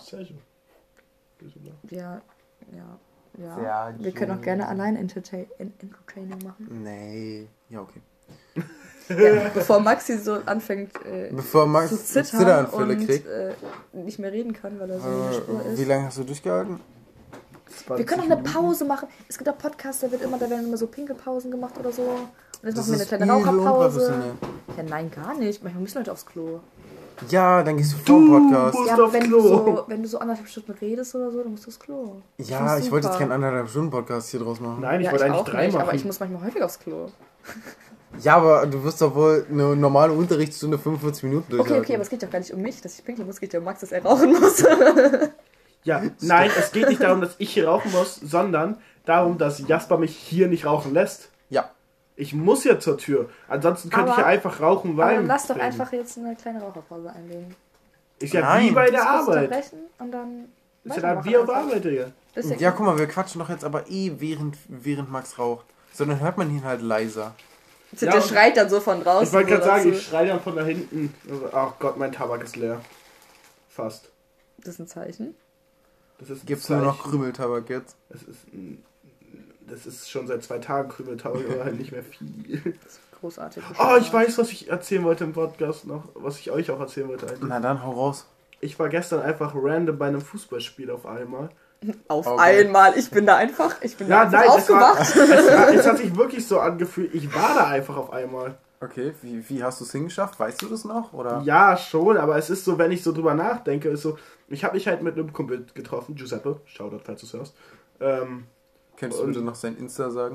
Ja. Wir können auch gerne allein Entertaining machen. Nee. Ja, okay. Ja, bevor Maxi so anfängt Bevor Max zu zittern Zitteranfälle und kriegt. nicht mehr reden kann, weil er so in der Spur ist. Wie lange hast du durchgehalten? Wir können auch eine Pause machen. Es gibt auch Podcasts, da werden immer so Pinkelpausen gemacht oder so. Und jetzt machen wir eine kleine Raucherpause. Ja, nein, gar nicht. Manchmal müssen Leute aufs Klo. Ja, dann gehst du vor dem Podcast. Ja, aber wenn du so 1,5 Stunden redest oder so, dann musst du aufs Klo. Ja, ich wollte jetzt keinen 1,5 Stunden Podcast hier draus machen. Nein, ich wollte eigentlich 3 machen. Aber ich muss manchmal häufig aufs Klo. Ja, aber du wirst doch wohl eine normale Unterrichtsstunde 45 Minuten durchhalten. Okay, aber es geht doch gar nicht um mich, dass ich pinkeln muss. Es geht ja um Max, dass er rauchen muss. Ja, nein, es geht nicht darum, dass ich hier rauchen muss, sondern darum, dass Jasper mich hier nicht rauchen lässt. Ja. Ich muss ja zur Tür. Ansonsten könnte ich ja einfach rauchen, weil. Aber dann lass doch einfach jetzt eine kleine Raucherpause einlegen. Ist ja wie bei der Arbeit. Und dann Ist ja da wie auf Arbeit, Digga. Ja, guck mal, wir quatschen doch jetzt aber während Max raucht. Sondern hört man ihn halt leiser. Der schreit dann so von draußen. Ich wollte gerade sagen, ich schreie dann von da hinten. Ach Gott, mein Tabak ist leer. Fast. Das ist ein Zeichen. Gibt's nur noch Krümeltabak jetzt? Das ist schon seit 2 Tagen Krümeltabak, aber halt nicht mehr viel. Das ist großartig. Oh, ich weiß, was ich erzählen wollte im Podcast noch. Was ich euch auch erzählen wollte eigentlich. Na dann, hau raus. Ich war gestern einfach random bei einem Fußballspiel auf einmal. Auf einmal. Ich bin da einfach aufgewacht. Es hat sich wirklich so angefühlt. Ich war da einfach auf einmal. Okay, wie hast du es hingeschafft? Weißt du das noch? Oder? Ja, schon, aber es ist so, wenn ich so drüber nachdenke, ist so, ich habe mich halt mit einem Kumpel getroffen, Giuseppe, Shoutout, falls du es hörst. Könntest du bitte noch sein Insta sagen?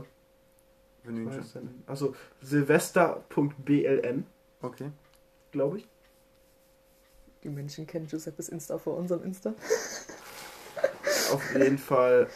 Also silvester.bln. Okay. Glaube ich. Die Menschen kennen Giuseppes Insta vor unserem Insta. Auf jeden Fall,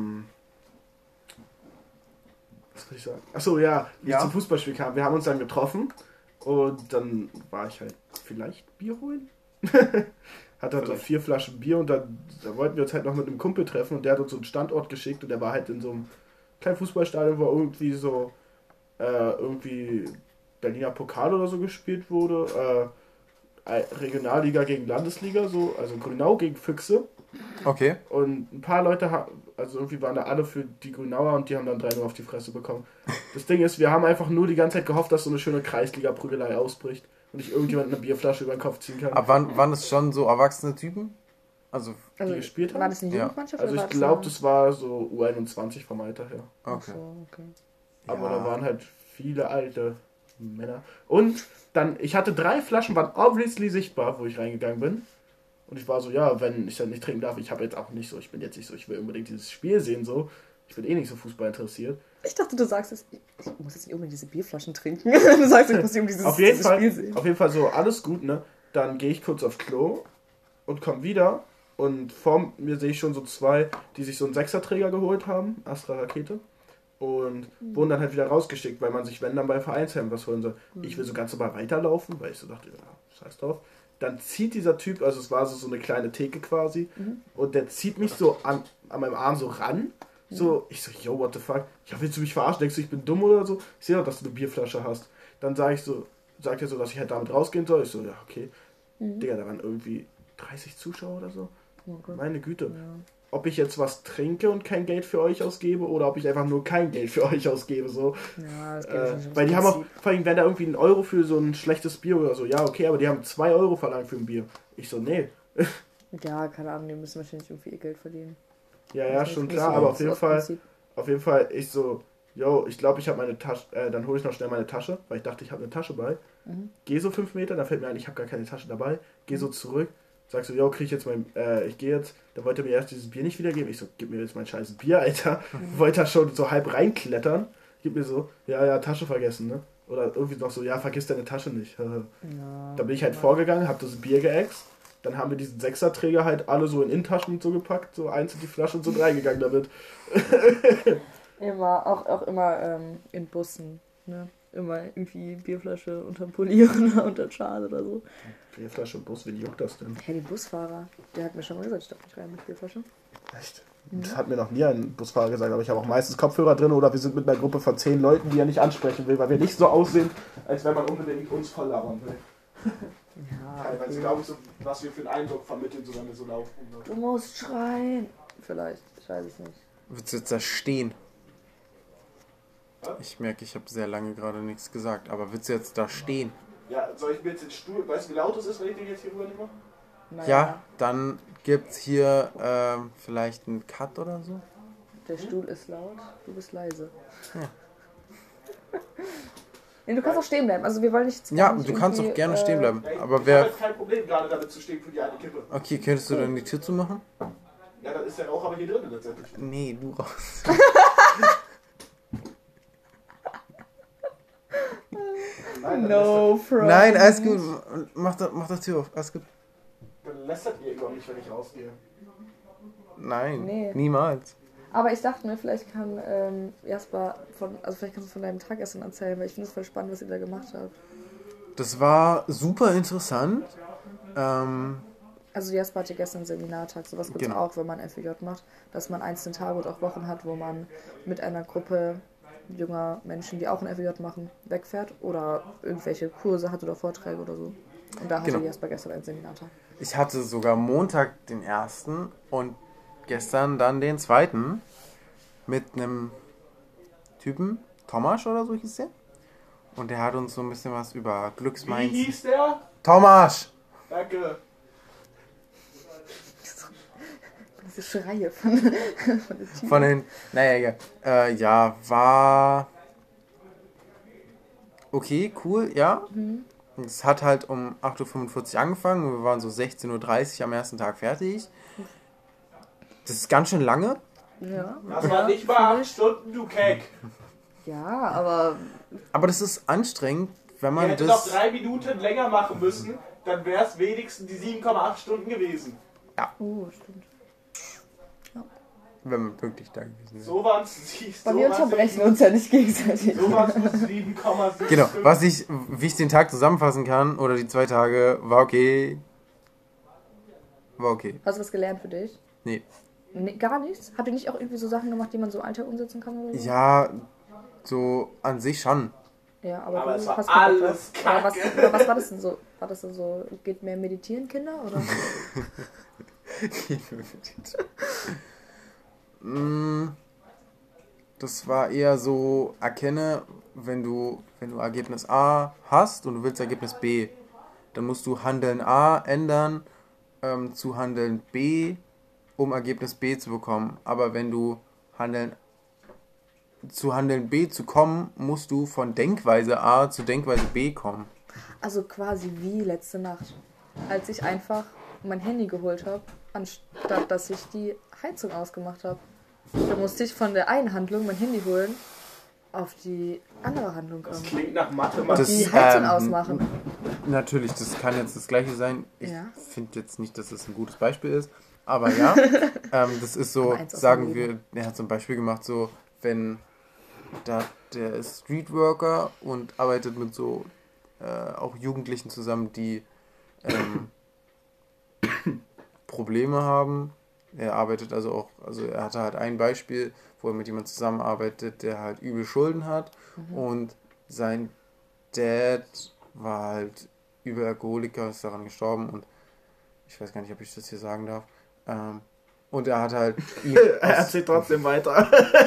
was soll ich sagen? Achso, ja, wie es zum Fußballspiel kam. Wir haben uns dann getroffen und dann war ich halt vielleicht Bier holen. Hat dann so 4 Flaschen Bier und da wollten wir uns halt noch mit einem Kumpel treffen und der hat uns so einen Standort geschickt und der war halt in so einem kleinen Fußballstadion, wo irgendwie so irgendwie Berliner Pokal oder so gespielt wurde. Regionalliga gegen Landesliga, so, also Grünau gegen Füchse. Okay. Und ein paar Leute, also irgendwie waren da alle für die Grünauer und die haben dann 3-0 auf die Fresse bekommen. Das Ding ist, wir haben einfach nur die ganze Zeit gehofft, dass so eine schöne Kreisliga-Prügelei ausbricht und nicht irgendjemand eine Bierflasche über den Kopf ziehen kann. Aber waren das schon so erwachsene Typen? Also die gespielt haben? War das eine Jugendmannschaft? Also ich glaube, das war so U21 vom Alter her. Okay. Aber da waren halt viele alte Männer. Und dann, ich hatte 3 Flaschen, waren obviously sichtbar, wo ich reingegangen bin. Und ich war so, ja, wenn ich dann nicht trinken darf, ich habe jetzt auch nicht so, ich bin jetzt nicht so, ich will unbedingt dieses Spiel sehen, so. Ich bin eh nicht so Fußball interessiert. Ich dachte, du sagst es, ich muss jetzt nicht unbedingt diese Bierflaschen trinken. Du sagst, ich muss nicht dieses Spiel sehen. Auf jeden Fall so, alles gut, ne? Dann gehe ich kurz aufs Klo und komme wieder. Und vor mir sehe ich schon so 2, die sich so einen 6er-Träger geholt haben, Astra Rakete. und wurden dann halt wieder rausgeschickt, weil man sich, wenn, dann bei Vereinsheim was holen soll. Ich will so ganz normal weiterlaufen, weil ich so dachte, ja, scheiß drauf. Dann zieht dieser Typ, also es war so eine kleine Theke quasi, und der zieht mich so an meinem Arm so ran. So, ich so, yo, what the fuck? Ja, willst du mich verarschen? Denkst du, ich bin dumm oder so? Ich sehe doch, dass du eine Bierflasche hast. Dann sagt er so, dass ich halt damit rausgehen soll. Ich so, ja, okay. Digga, da waren irgendwie 30 Zuschauer oder so. Okay. Meine Güte. Ja. Ob ich jetzt was trinke und kein Geld für euch ausgebe oder ob ich einfach nur kein Geld für euch ausgebe. So. Ja, das geht nicht. Weil die haben auch, vor allem, wenn da irgendwie 1 Euro für so ein schlechtes Bier oder so, ja, okay, aber die haben 2 Euro verlangt für ein Bier. Ich so, nee. Ja, keine Ahnung, die müssen wahrscheinlich irgendwie ihr Geld verdienen. Ja, schon klar, aber auf jeden Fall, ich so, yo, ich glaube, ich habe meine Tasche, dann hole ich noch schnell meine Tasche, weil ich dachte, ich habe eine Tasche bei. Geh so 5 Meter, dann fällt mir ein, ich habe gar keine Tasche dabei. Geh so zurück, sag so, yo, krieg ich jetzt ich gehe jetzt. Dann wollte er mir erst dieses Bier nicht wiedergeben. Ich so, gib mir jetzt mein scheiß Bier, Alter. Wollte da schon so halb reinklettern. Gib mir so, ja, Tasche vergessen, ne? Oder irgendwie noch so, ja, vergiss deine Tasche nicht. Ja, Da bin ich halt vorgegangen, hab das Bier geäxt. Dann haben wir diesen Sechserträger halt alle so in Innentaschen und so gepackt, so einzeln die Flasche und so reingegangen damit. immer, auch immer in Bussen, ne? Immer irgendwie Bierflasche unterm Polieren oder unter Schal oder so. Bierflasche im Bus, wen juckt das denn? Hey, die Busfahrer, der hat mir schon mal gesagt, ich darf nicht rein mit Bierflasche. Echt? Das hat mir noch nie ein Busfahrer gesagt, aber ich habe auch meistens Kopfhörer drin oder wir sind mit einer Gruppe von 10 Leuten, die er nicht ansprechen will, weil wir nicht so aussehen, als wenn man unbedingt uns voll labern will. Ja, Teilweise glaube ich so, was wir für einen Eindruck vermitteln, so wenn wir so laufen. Du musst schreien. Vielleicht, ich weiß es nicht. Willst du jetzt da stehen? Was? Ich merke, ich habe sehr lange gerade nichts gesagt, aber willst du jetzt da stehen? Ja, soll ich mir jetzt den Stuhl, weißt du wie laut es ist, wenn ich den jetzt hier rüber nehme? Ja, dann gibt's hier vielleicht einen Cut oder so. Der Stuhl ist laut, du bist leise. Ja. Nee, du kannst auch stehen bleiben. Also wir wollen nicht... Ja, du kannst auch gerne stehen bleiben. Ja, Aber ich wer... habe jetzt kein Problem, gerade damit zu stehen für die eine Kippe. Okay, könntest du dann die Tür zumachen? Ja, dann ist der Rauch aber hier drin letztendlich. Nee, du raus. No front. Nein, alles gut. Mach das Tür auf. Alles gut. Dann lästert ihr über mich, wenn ich rausgehe. Nein, Nee. niemals. Aber ich dachte mir, vielleicht kann Jasper vielleicht kannst du von deinem Tag gestern erzählen, weil ich finde es voll spannend, was ihr da gemacht habt. Das war super interessant. Also Jasper hatte gestern einen Seminartag, sowas gibt es Genau. auch, wenn man FWJ macht, dass man einzelne Tage und auch Wochen hat, wo man mit einer Gruppe junger Menschen, die auch ein FWJ machen, wegfährt oder irgendwelche Kurse hat oder Vorträge oder so. Und da hatte Genau. Jasper gestern einen Seminartag. Ich hatte sogar Montag den ersten und gestern dann den zweiten mit einem Typen, Thomas oder so hieß der. Und der hat uns so ein bisschen was über Wie Glücksmindset. hieß der? Thomas! Danke. Diese Schreie von den Typen. Von den. Naja, egal. Ja, war. Okay, cool, ja. Es hat halt um 8:45 Uhr angefangen und wir waren so 16:30 Uhr am ersten Tag fertig. Das ist ganz schön lange. Ja. Das war nicht mal 8 Stunden, du Keck. Ja, aber Aber das ist anstrengend, wenn Wir man hätten noch das. 3 Minuten länger machen müssen, dann wäre es wenigstens die 7,8 Stunden gewesen. stimmt. Wenn man wirklich da gewesen wäre. So waren es Aber wir unterbrechen uns ja nicht gegenseitig. So waren es 7,7 Genau, Stunden. wie ich den Tag zusammenfassen kann, oder die 2 Tage, war okay. War okay. Hast du was gelernt für dich? Nee. Nee, gar nichts? Habt ihr nicht auch irgendwie so Sachen gemacht, die man so im Alltag umsetzen kann oder so? Ja, so an sich schon. Ja, aber Aber du es war hast alles Bock drauf. Aber Kacke. oder was war das denn so? War das denn so, geht mehr meditieren, Kinder? Oder? Das war eher so, erkenne, wenn du Ergebnis A hast und du willst Ergebnis B, dann musst du Handeln A ändern zu Handeln B, um Ergebnis B zu bekommen. Aber wenn du zu Handeln B zu kommen, musst du von Denkweise A zu Denkweise B kommen. Also quasi wie letzte Nacht, als ich einfach mein Handy geholt habe, anstatt dass ich die Heizung ausgemacht habe. Da musste ich von der einen Handlung mein Handy holen, auf die andere Handlung Das kommen. klingt nach Mathematik. Das- Die Heizung ausmachen. Natürlich, das kann jetzt das gleiche sein. Ich Ja. finde jetzt nicht, dass es ein gutes Beispiel ist. Aber ja, das ist so, Aber eins aus sagen dem wir, er hat so ein Beispiel gemacht, so, wenn der ist Streetworker und arbeitet mit so auch Jugendlichen zusammen, die Probleme haben. Er arbeitet also er hatte halt ein Beispiel, wo er mit jemandem zusammenarbeitet, der halt übel Schulden hat und sein Dad war halt übel Alkoholiker, ist daran gestorben und ich weiß gar nicht, ob ich das hier sagen darf. Und er hat halt... er erzählt trotzdem weiter.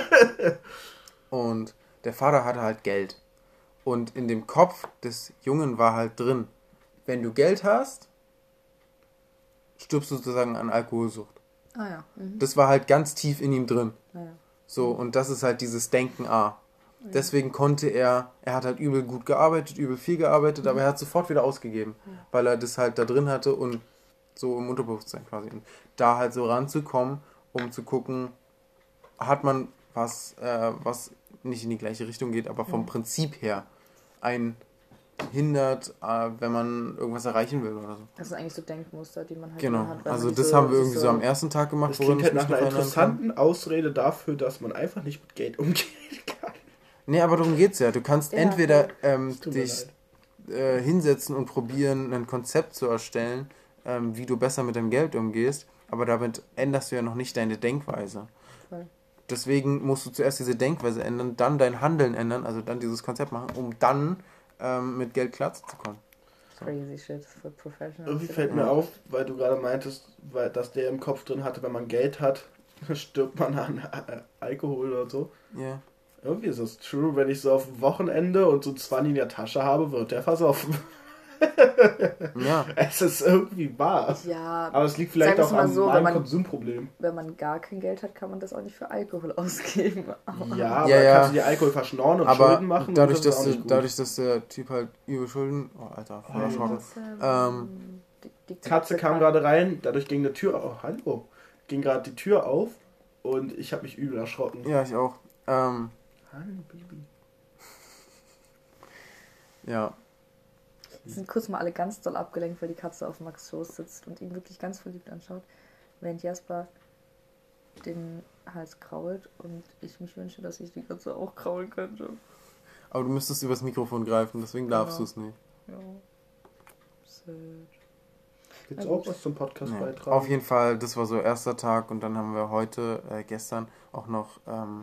Und der Vater hatte halt Geld. Und in dem Kopf des Jungen war halt drin, wenn du Geld hast, stirbst du sozusagen an Alkoholsucht. Ah ja. Mhm. Das war halt ganz tief in ihm drin. Ah, ja. So, und das ist halt dieses Denken, deswegen konnte er hat halt übel gut gearbeitet, übel viel gearbeitet, aber er hat sofort wieder ausgegeben, weil er das halt da drin hatte und so im Unterbewusstsein quasi. Und da halt so ranzukommen, um zu gucken, hat man was nicht in die gleiche Richtung geht, aber vom Prinzip her einen hindert, wenn man irgendwas erreichen will oder so. Das sind eigentlich so Denkmuster, die man halt genau. hat. Also das haben wir irgendwie so am ersten Tag gemacht. Das klingt halt nach einer interessanten Ausrede dafür, dass man einfach nicht mit Geld umgehen kann. Nee, aber darum geht's ja. Du kannst entweder dich hinsetzen und probieren, ein Konzept zu erstellen, wie du besser mit deinem Geld umgehst, aber damit änderst du ja noch nicht deine Denkweise. Voll. Deswegen musst du zuerst diese Denkweise ändern, dann dein Handeln ändern, also dann dieses Konzept machen, um dann mit Geld klarzukommen. Crazy shit für Professionals. Irgendwie fällt mir auf, weil du gerade meintest, dass der im Kopf drin hatte, wenn man Geld hat, stirbt man an Alkohol oder so. Ja. Yeah. Irgendwie ist das true, wenn ich so auf dem Wochenende und so 20 in der Tasche habe, wird der versoffen. Ja. Es ist irgendwie wahr. Ja, aber es liegt vielleicht auch an so, meinem Konsumproblem. Wenn man gar kein Geld hat, kann man das auch nicht für Alkohol ausgeben. Ja, aber kannst du dir Alkohol verschnorren und aber Schulden machen? Dadurch, dass der Typ halt übel Schulden... Oh, Alter, voll erschrocken. Die Katze kam gerade rein, dadurch ging eine Tür... Oh, hallo. Ging gerade die Tür auf und ich habe mich übel erschrocken. Ja, ich auch. Hallo, Baby. Ja. Wir sind kurz mal alle ganz doll abgelenkt, weil die Katze auf Max Schoß sitzt und ihn wirklich ganz verliebt anschaut, während Jasper den Hals krault und ich mich wünsche, dass ich die Katze auch kraulen könnte. Aber du müsstest übers Mikrofon greifen, deswegen darfst du es nicht. Ja. Sad. Willst du auch was zum Podcast beitragen? Auf jeden Fall, das war so erster Tag und dann haben wir gestern auch noch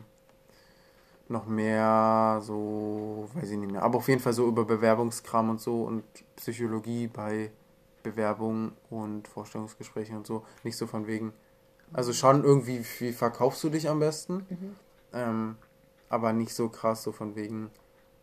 mehr so, weiß ich nicht mehr, aber auf jeden Fall so über Bewerbungskram und so und Psychologie bei Bewerbungen und Vorstellungsgesprächen und so, nicht so von wegen, also schon irgendwie, wie verkaufst du dich am besten, aber nicht so krass so von wegen,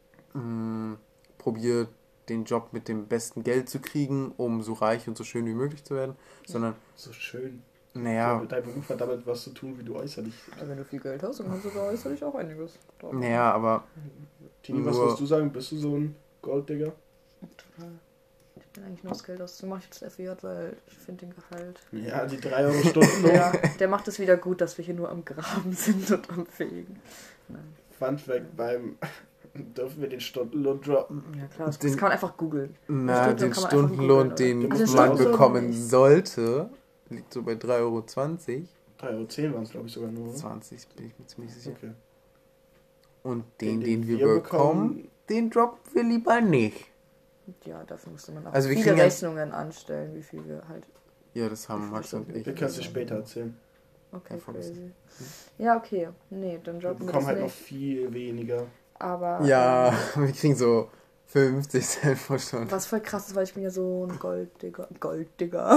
probier den Job mit dem besten Geld zu kriegen, um so reich und so schön wie möglich zu werden, sondern... So schön. Naja. Dein Beruf hat damit was zu tun, wie du äußerlich... Ja, wenn du viel Geld hast, dann kannst du da äußerlich auch einiges. Naja, aber... Tini, was würdest du sagen? Bist du so ein Golddigger? Total. Ich bin eigentlich nur das Geld aus. Du machst jetzt FEJ, weil ich finde den Gehalt. Ja, die 3 Euro Stunden. Ja, der macht es wieder gut, dass wir hier nur am Graben sind und am Fegen. Nein. Fun Fact, dürfen wir den Stundenlohn droppen? Ja klar, das kann man einfach googeln. Na, den Stundenlohn, den man bekommen sollte, liegt so bei 3,20 Euro. 3,10 Euro waren es, glaube ich, sogar nur. 20, bin ich mir ziemlich sicher. Okay. Und den wir bekommen, den droppen wir lieber nicht. Ja, dafür musste man auch also viele Rechnungen anstellen, wie viel wir halt... Ja, das haben Max und ich. Wir können es dir später erzählen. Okay, crazy. Ja, okay. Nee, dann droppen wir bekommen halt nicht. noch viel weniger. Aber... Ja, wir kriegen so 50 Cent pro Stunde. Was voll krass ist, weil ich bin ja so ein Golddigger. Golddigger.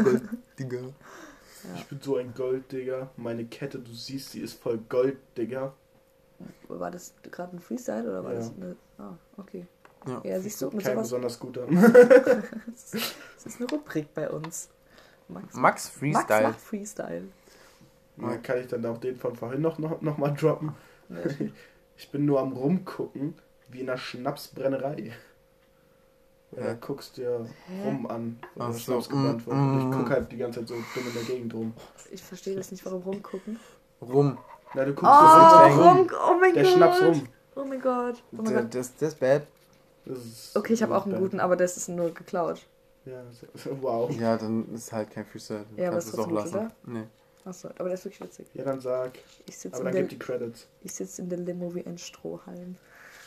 Ja. Ich bin so ein Golddigger. Meine Kette, du siehst, sie ist voll Golddigger. War das gerade ein Freestyle oder war das eine... Ah, okay. Ja, siehst du, mit kein sowas... besonders guter. Das ist eine Rubrik bei uns. Max Freestyle. Max macht Freestyle. Ja, kann ich dann auch den von vorhin noch mal droppen? Ja. Ich bin nur am Rumgucken, wie in einer Schnapsbrennerei. Ja, da guckst du ja rum an, wenn der Schnaps gebrannt wird. Und ich gucke halt die ganze Zeit so dumm in der Gegend rum. Ich verstehe das nicht, warum rumgucken. Rum. Na, du guckst rum. Oh mein der Gott. Schnaps rum. Oh mein Gott. Oh mein Gott. Das ist bad. Das ist Okay, ich habe auch einen bad. guten, aber das ist nur geklaut. Ja, wow. Ja, dann ist halt kein Freestyle. Ja, aber kannst ist es auch trotzdem gut, lassen. Nee. Achso, aber der ist wirklich witzig. Ja, dann sag. Aber dann gib die Credits. Ich sitze in der Limo wie ein Strohhalm.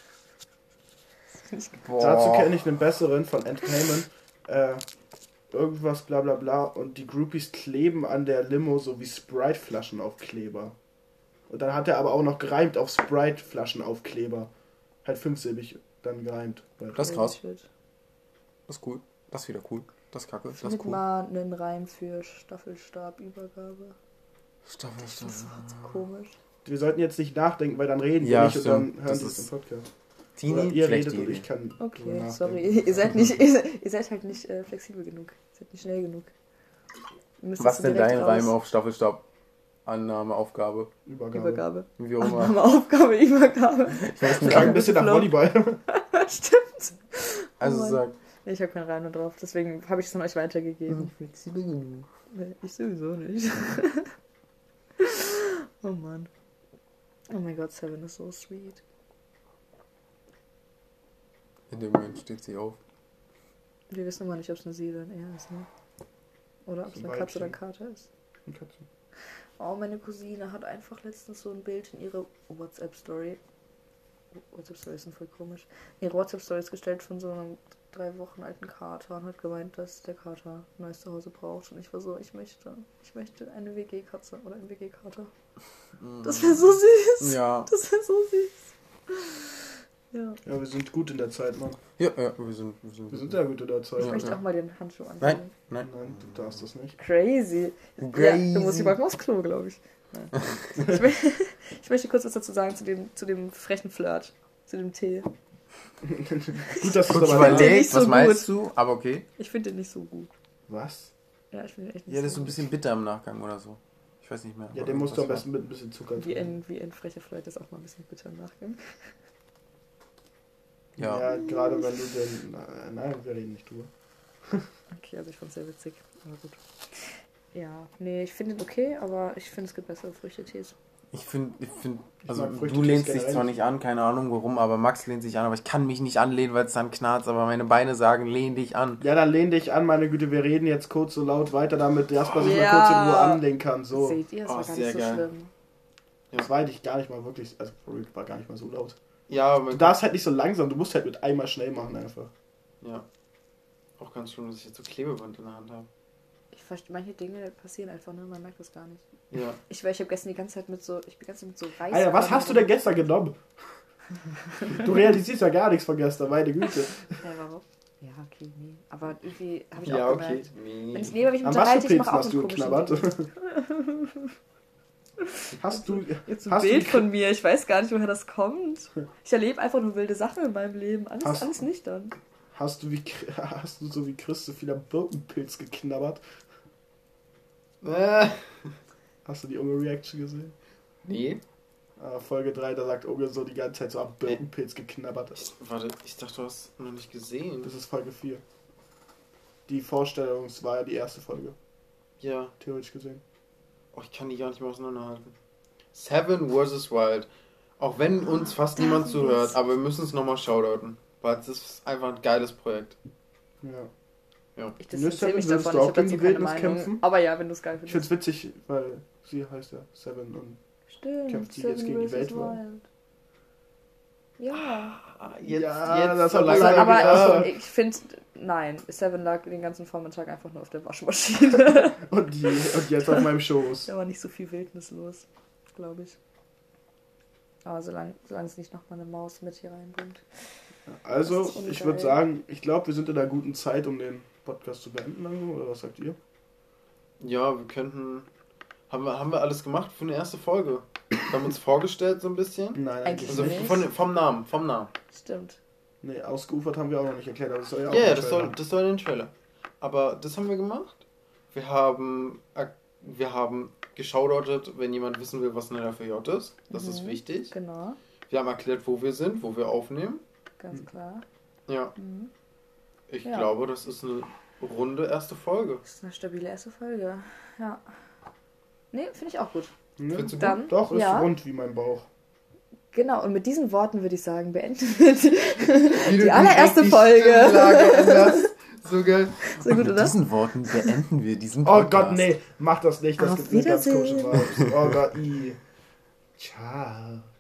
Dazu kenne ich einen besseren von Entertainment. Irgendwas bla bla bla. Und die Groupies kleben an der Limo so wie Sprite-Flaschenaufkleber. Und dann hat er aber auch noch gereimt auf Sprite-Flaschenaufkleber. Halt 5-silbig dann gereimt. Das ist krass. Das ist cool. Das ist wieder cool. Das ist kacke. Das ist cool. Mal einen Reim für Staffelstabübergabe. Staffelstab. Das war so komisch. Wir sollten jetzt nicht nachdenken, weil dann reden wir nicht und dann hören die es im Podcast. Tini, oder ihr redet und ich kann. Okay, sorry. Ihr seid halt nicht flexibel genug. Ihr seid nicht schnell genug. Was ist denn dein Reim auf Staffelstab? Annahme, Aufgabe. Übergabe. Wie auch immer. Annahme, Aufgabe, Übergabe. Ich weiß nicht. Klang ein bisschen nach Volleyball. Stimmt. Also sag. Ich habe keinen Reim mehr drauf, deswegen habe ich es an euch weitergegeben. Flexibel genug. Nee, ich sowieso nicht. Oh Mann. Oh mein Gott, Seven ist so sweet. In dem Moment steht sie auf. Wir wissen immer nicht, ob es eine sie oder ein er ist, ne? Oder ob es eine Katze oder ein Kater ist. Eine Katze. Oh, meine Cousine hat einfach letztens so ein Bild in ihre WhatsApp-Story. WhatsApp-Stories sind voll komisch. Ihre WhatsApp-Stories gestellt von so einem 3 Wochen alten Kater und hat gemeint, dass der Kater ein neues Zuhause braucht. Und ich war so, ich möchte eine WG-Katze oder einen WG-Kater. Das wäre so süß. Ja. Das wäre so süß. Ja. Ja, wir sind gut in der Zeit, Mann. Ja, wir sind sehr gut in der Zeit. Ich möchte auch mal den Handschuh anziehen. Nein, du darfst das nicht. Crazy. Ja, du musst überhaupt aufs Klo, glaube ich. Ich möchte kurz was dazu sagen zu dem frechen Flirt. Zu dem Tee. Gut, dass du es überlegst, was meinst du? Aber okay. Ich finde den nicht so gut. Was? Ja, ich finde den echt nicht so gut. Ja, das ist so ein bisschen bitter im Nachgang oder so. Ich weiß nicht mehr. Ja, den musst du am besten mit ein bisschen Zucker tun. Wie ein frecher Flirt ist auch mal ein bisschen bitter im Nachgang. Ja, gerade wenn du den... Nein, wir reden nicht drüber. Okay, also ich fand es sehr witzig. Aber gut. Ja, nee, ich finde ihn okay, aber ich finde, es gibt bessere Früchtetees. Ich finde, also du lehnst dich zwar nicht an, keine Ahnung warum, aber Max lehnt sich an, aber ich kann mich nicht anlehnen, weil es dann knarzt, aber meine Beine sagen, lehn dich an. Ja, dann lehn dich an, meine Güte, wir reden jetzt kurz so laut weiter, damit Jasper sich mal kurz in Ruhe anlehnen kann. So. Seht ihr, das war gar nicht so schlimm. Das war eigentlich gar nicht mal wirklich, also war gar nicht mal so laut. Ja, aber du darfst halt nicht so langsam, du musst halt mit einmal schnell machen einfach. Ja. Auch ganz schön, dass ich jetzt so Klebeband in der Hand habe. Manche Dinge passieren einfach, ne? Man merkt das gar nicht. Ja. Ich habe gestern die ganze Zeit mit so Reis... Alter, was hast du denn gestern genommen? Du realisierst ja gar nichts von gestern, meine Güte. Warum? Ja, okay, nee. Aber irgendwie habe ich auch gemerkt. Nee. Wenn ich nehme, mich unterhalte, ich mache auch hast du geknabbert? Hast du... Jetzt ein Bild von mir, ich weiß gar nicht, woher das kommt. Ich erlebe einfach nur wilde Sachen in meinem Leben. Alles nüchtern. Hast du so wie Christoph wieder Birkenpilz geknabbert? Hast du die Unge-Reaction gesehen? Nee. Folge 3, da sagt Unge so die ganze Zeit so am Birkenpilz geknabbert. Ich dachte, du hast noch nicht gesehen. Das ist Folge 4. Die Vorstellung war ja die erste Folge. Ja. Theoretisch gesehen. Oh, ich kann die gar nicht mehr auseinanderhalten. Seven vs. Wild. Auch wenn uns fast niemand zuhört, aber wir müssen es nochmal shoutouten. Weil es ist einfach ein geiles Projekt. Ja. Ich distanziere mich davon, ich habe dazu keine Meinung. Kämpfen? Aber ja, wenn du es geil findest. Ich find's witzig, weil sie heißt ja Seven und kämpft sie jetzt gegen die Weltwahl. Ja. Jetzt das so hat lange. Aber ich finde, nein, Seven lag den ganzen Vormittag einfach nur auf der Waschmaschine. und jetzt auf meinem Schoß. Da war nicht so viel Wildnis los, glaube ich. Aber solange es nicht nochmal eine Maus mit hier reinbringt. Also, ich würde sagen, ich glaube, wir sind in einer guten Zeit, um den Podcast zu beenden, oder was sagt ihr? Ja, wir könnten... Haben wir alles gemacht für eine erste Folge? Wir haben uns vorgestellt so ein bisschen. Nein, eigentlich also nicht. Vom Namen. Stimmt. Nee, ausgeufert haben wir auch noch nicht erklärt. Das soll ja auch das soll in den Trailer. Aber das haben wir gemacht. Wir haben geschaudert, wenn jemand wissen will, was eine RFJ ist. Das ist wichtig. Genau. Wir haben erklärt, wo wir sind, wo wir aufnehmen. Ganz klar. Ja. Ich glaube, das ist eine runde erste Folge. Das ist eine stabile erste Folge. Ja. Nee, finde ich auch gut. Findest du dann, gut? Doch, ist rund wie mein Bauch. Genau, und mit diesen Worten würde ich sagen, beenden wir die allererste Folge. So geil. So gut, mit oder? diesen Worten beenden wir diesen Oh Podcast. Gott, nee, mach das nicht. Das Auf gibt mir ganz komische Wiedersehen. Vibes. Oh Gott, i. Ciao.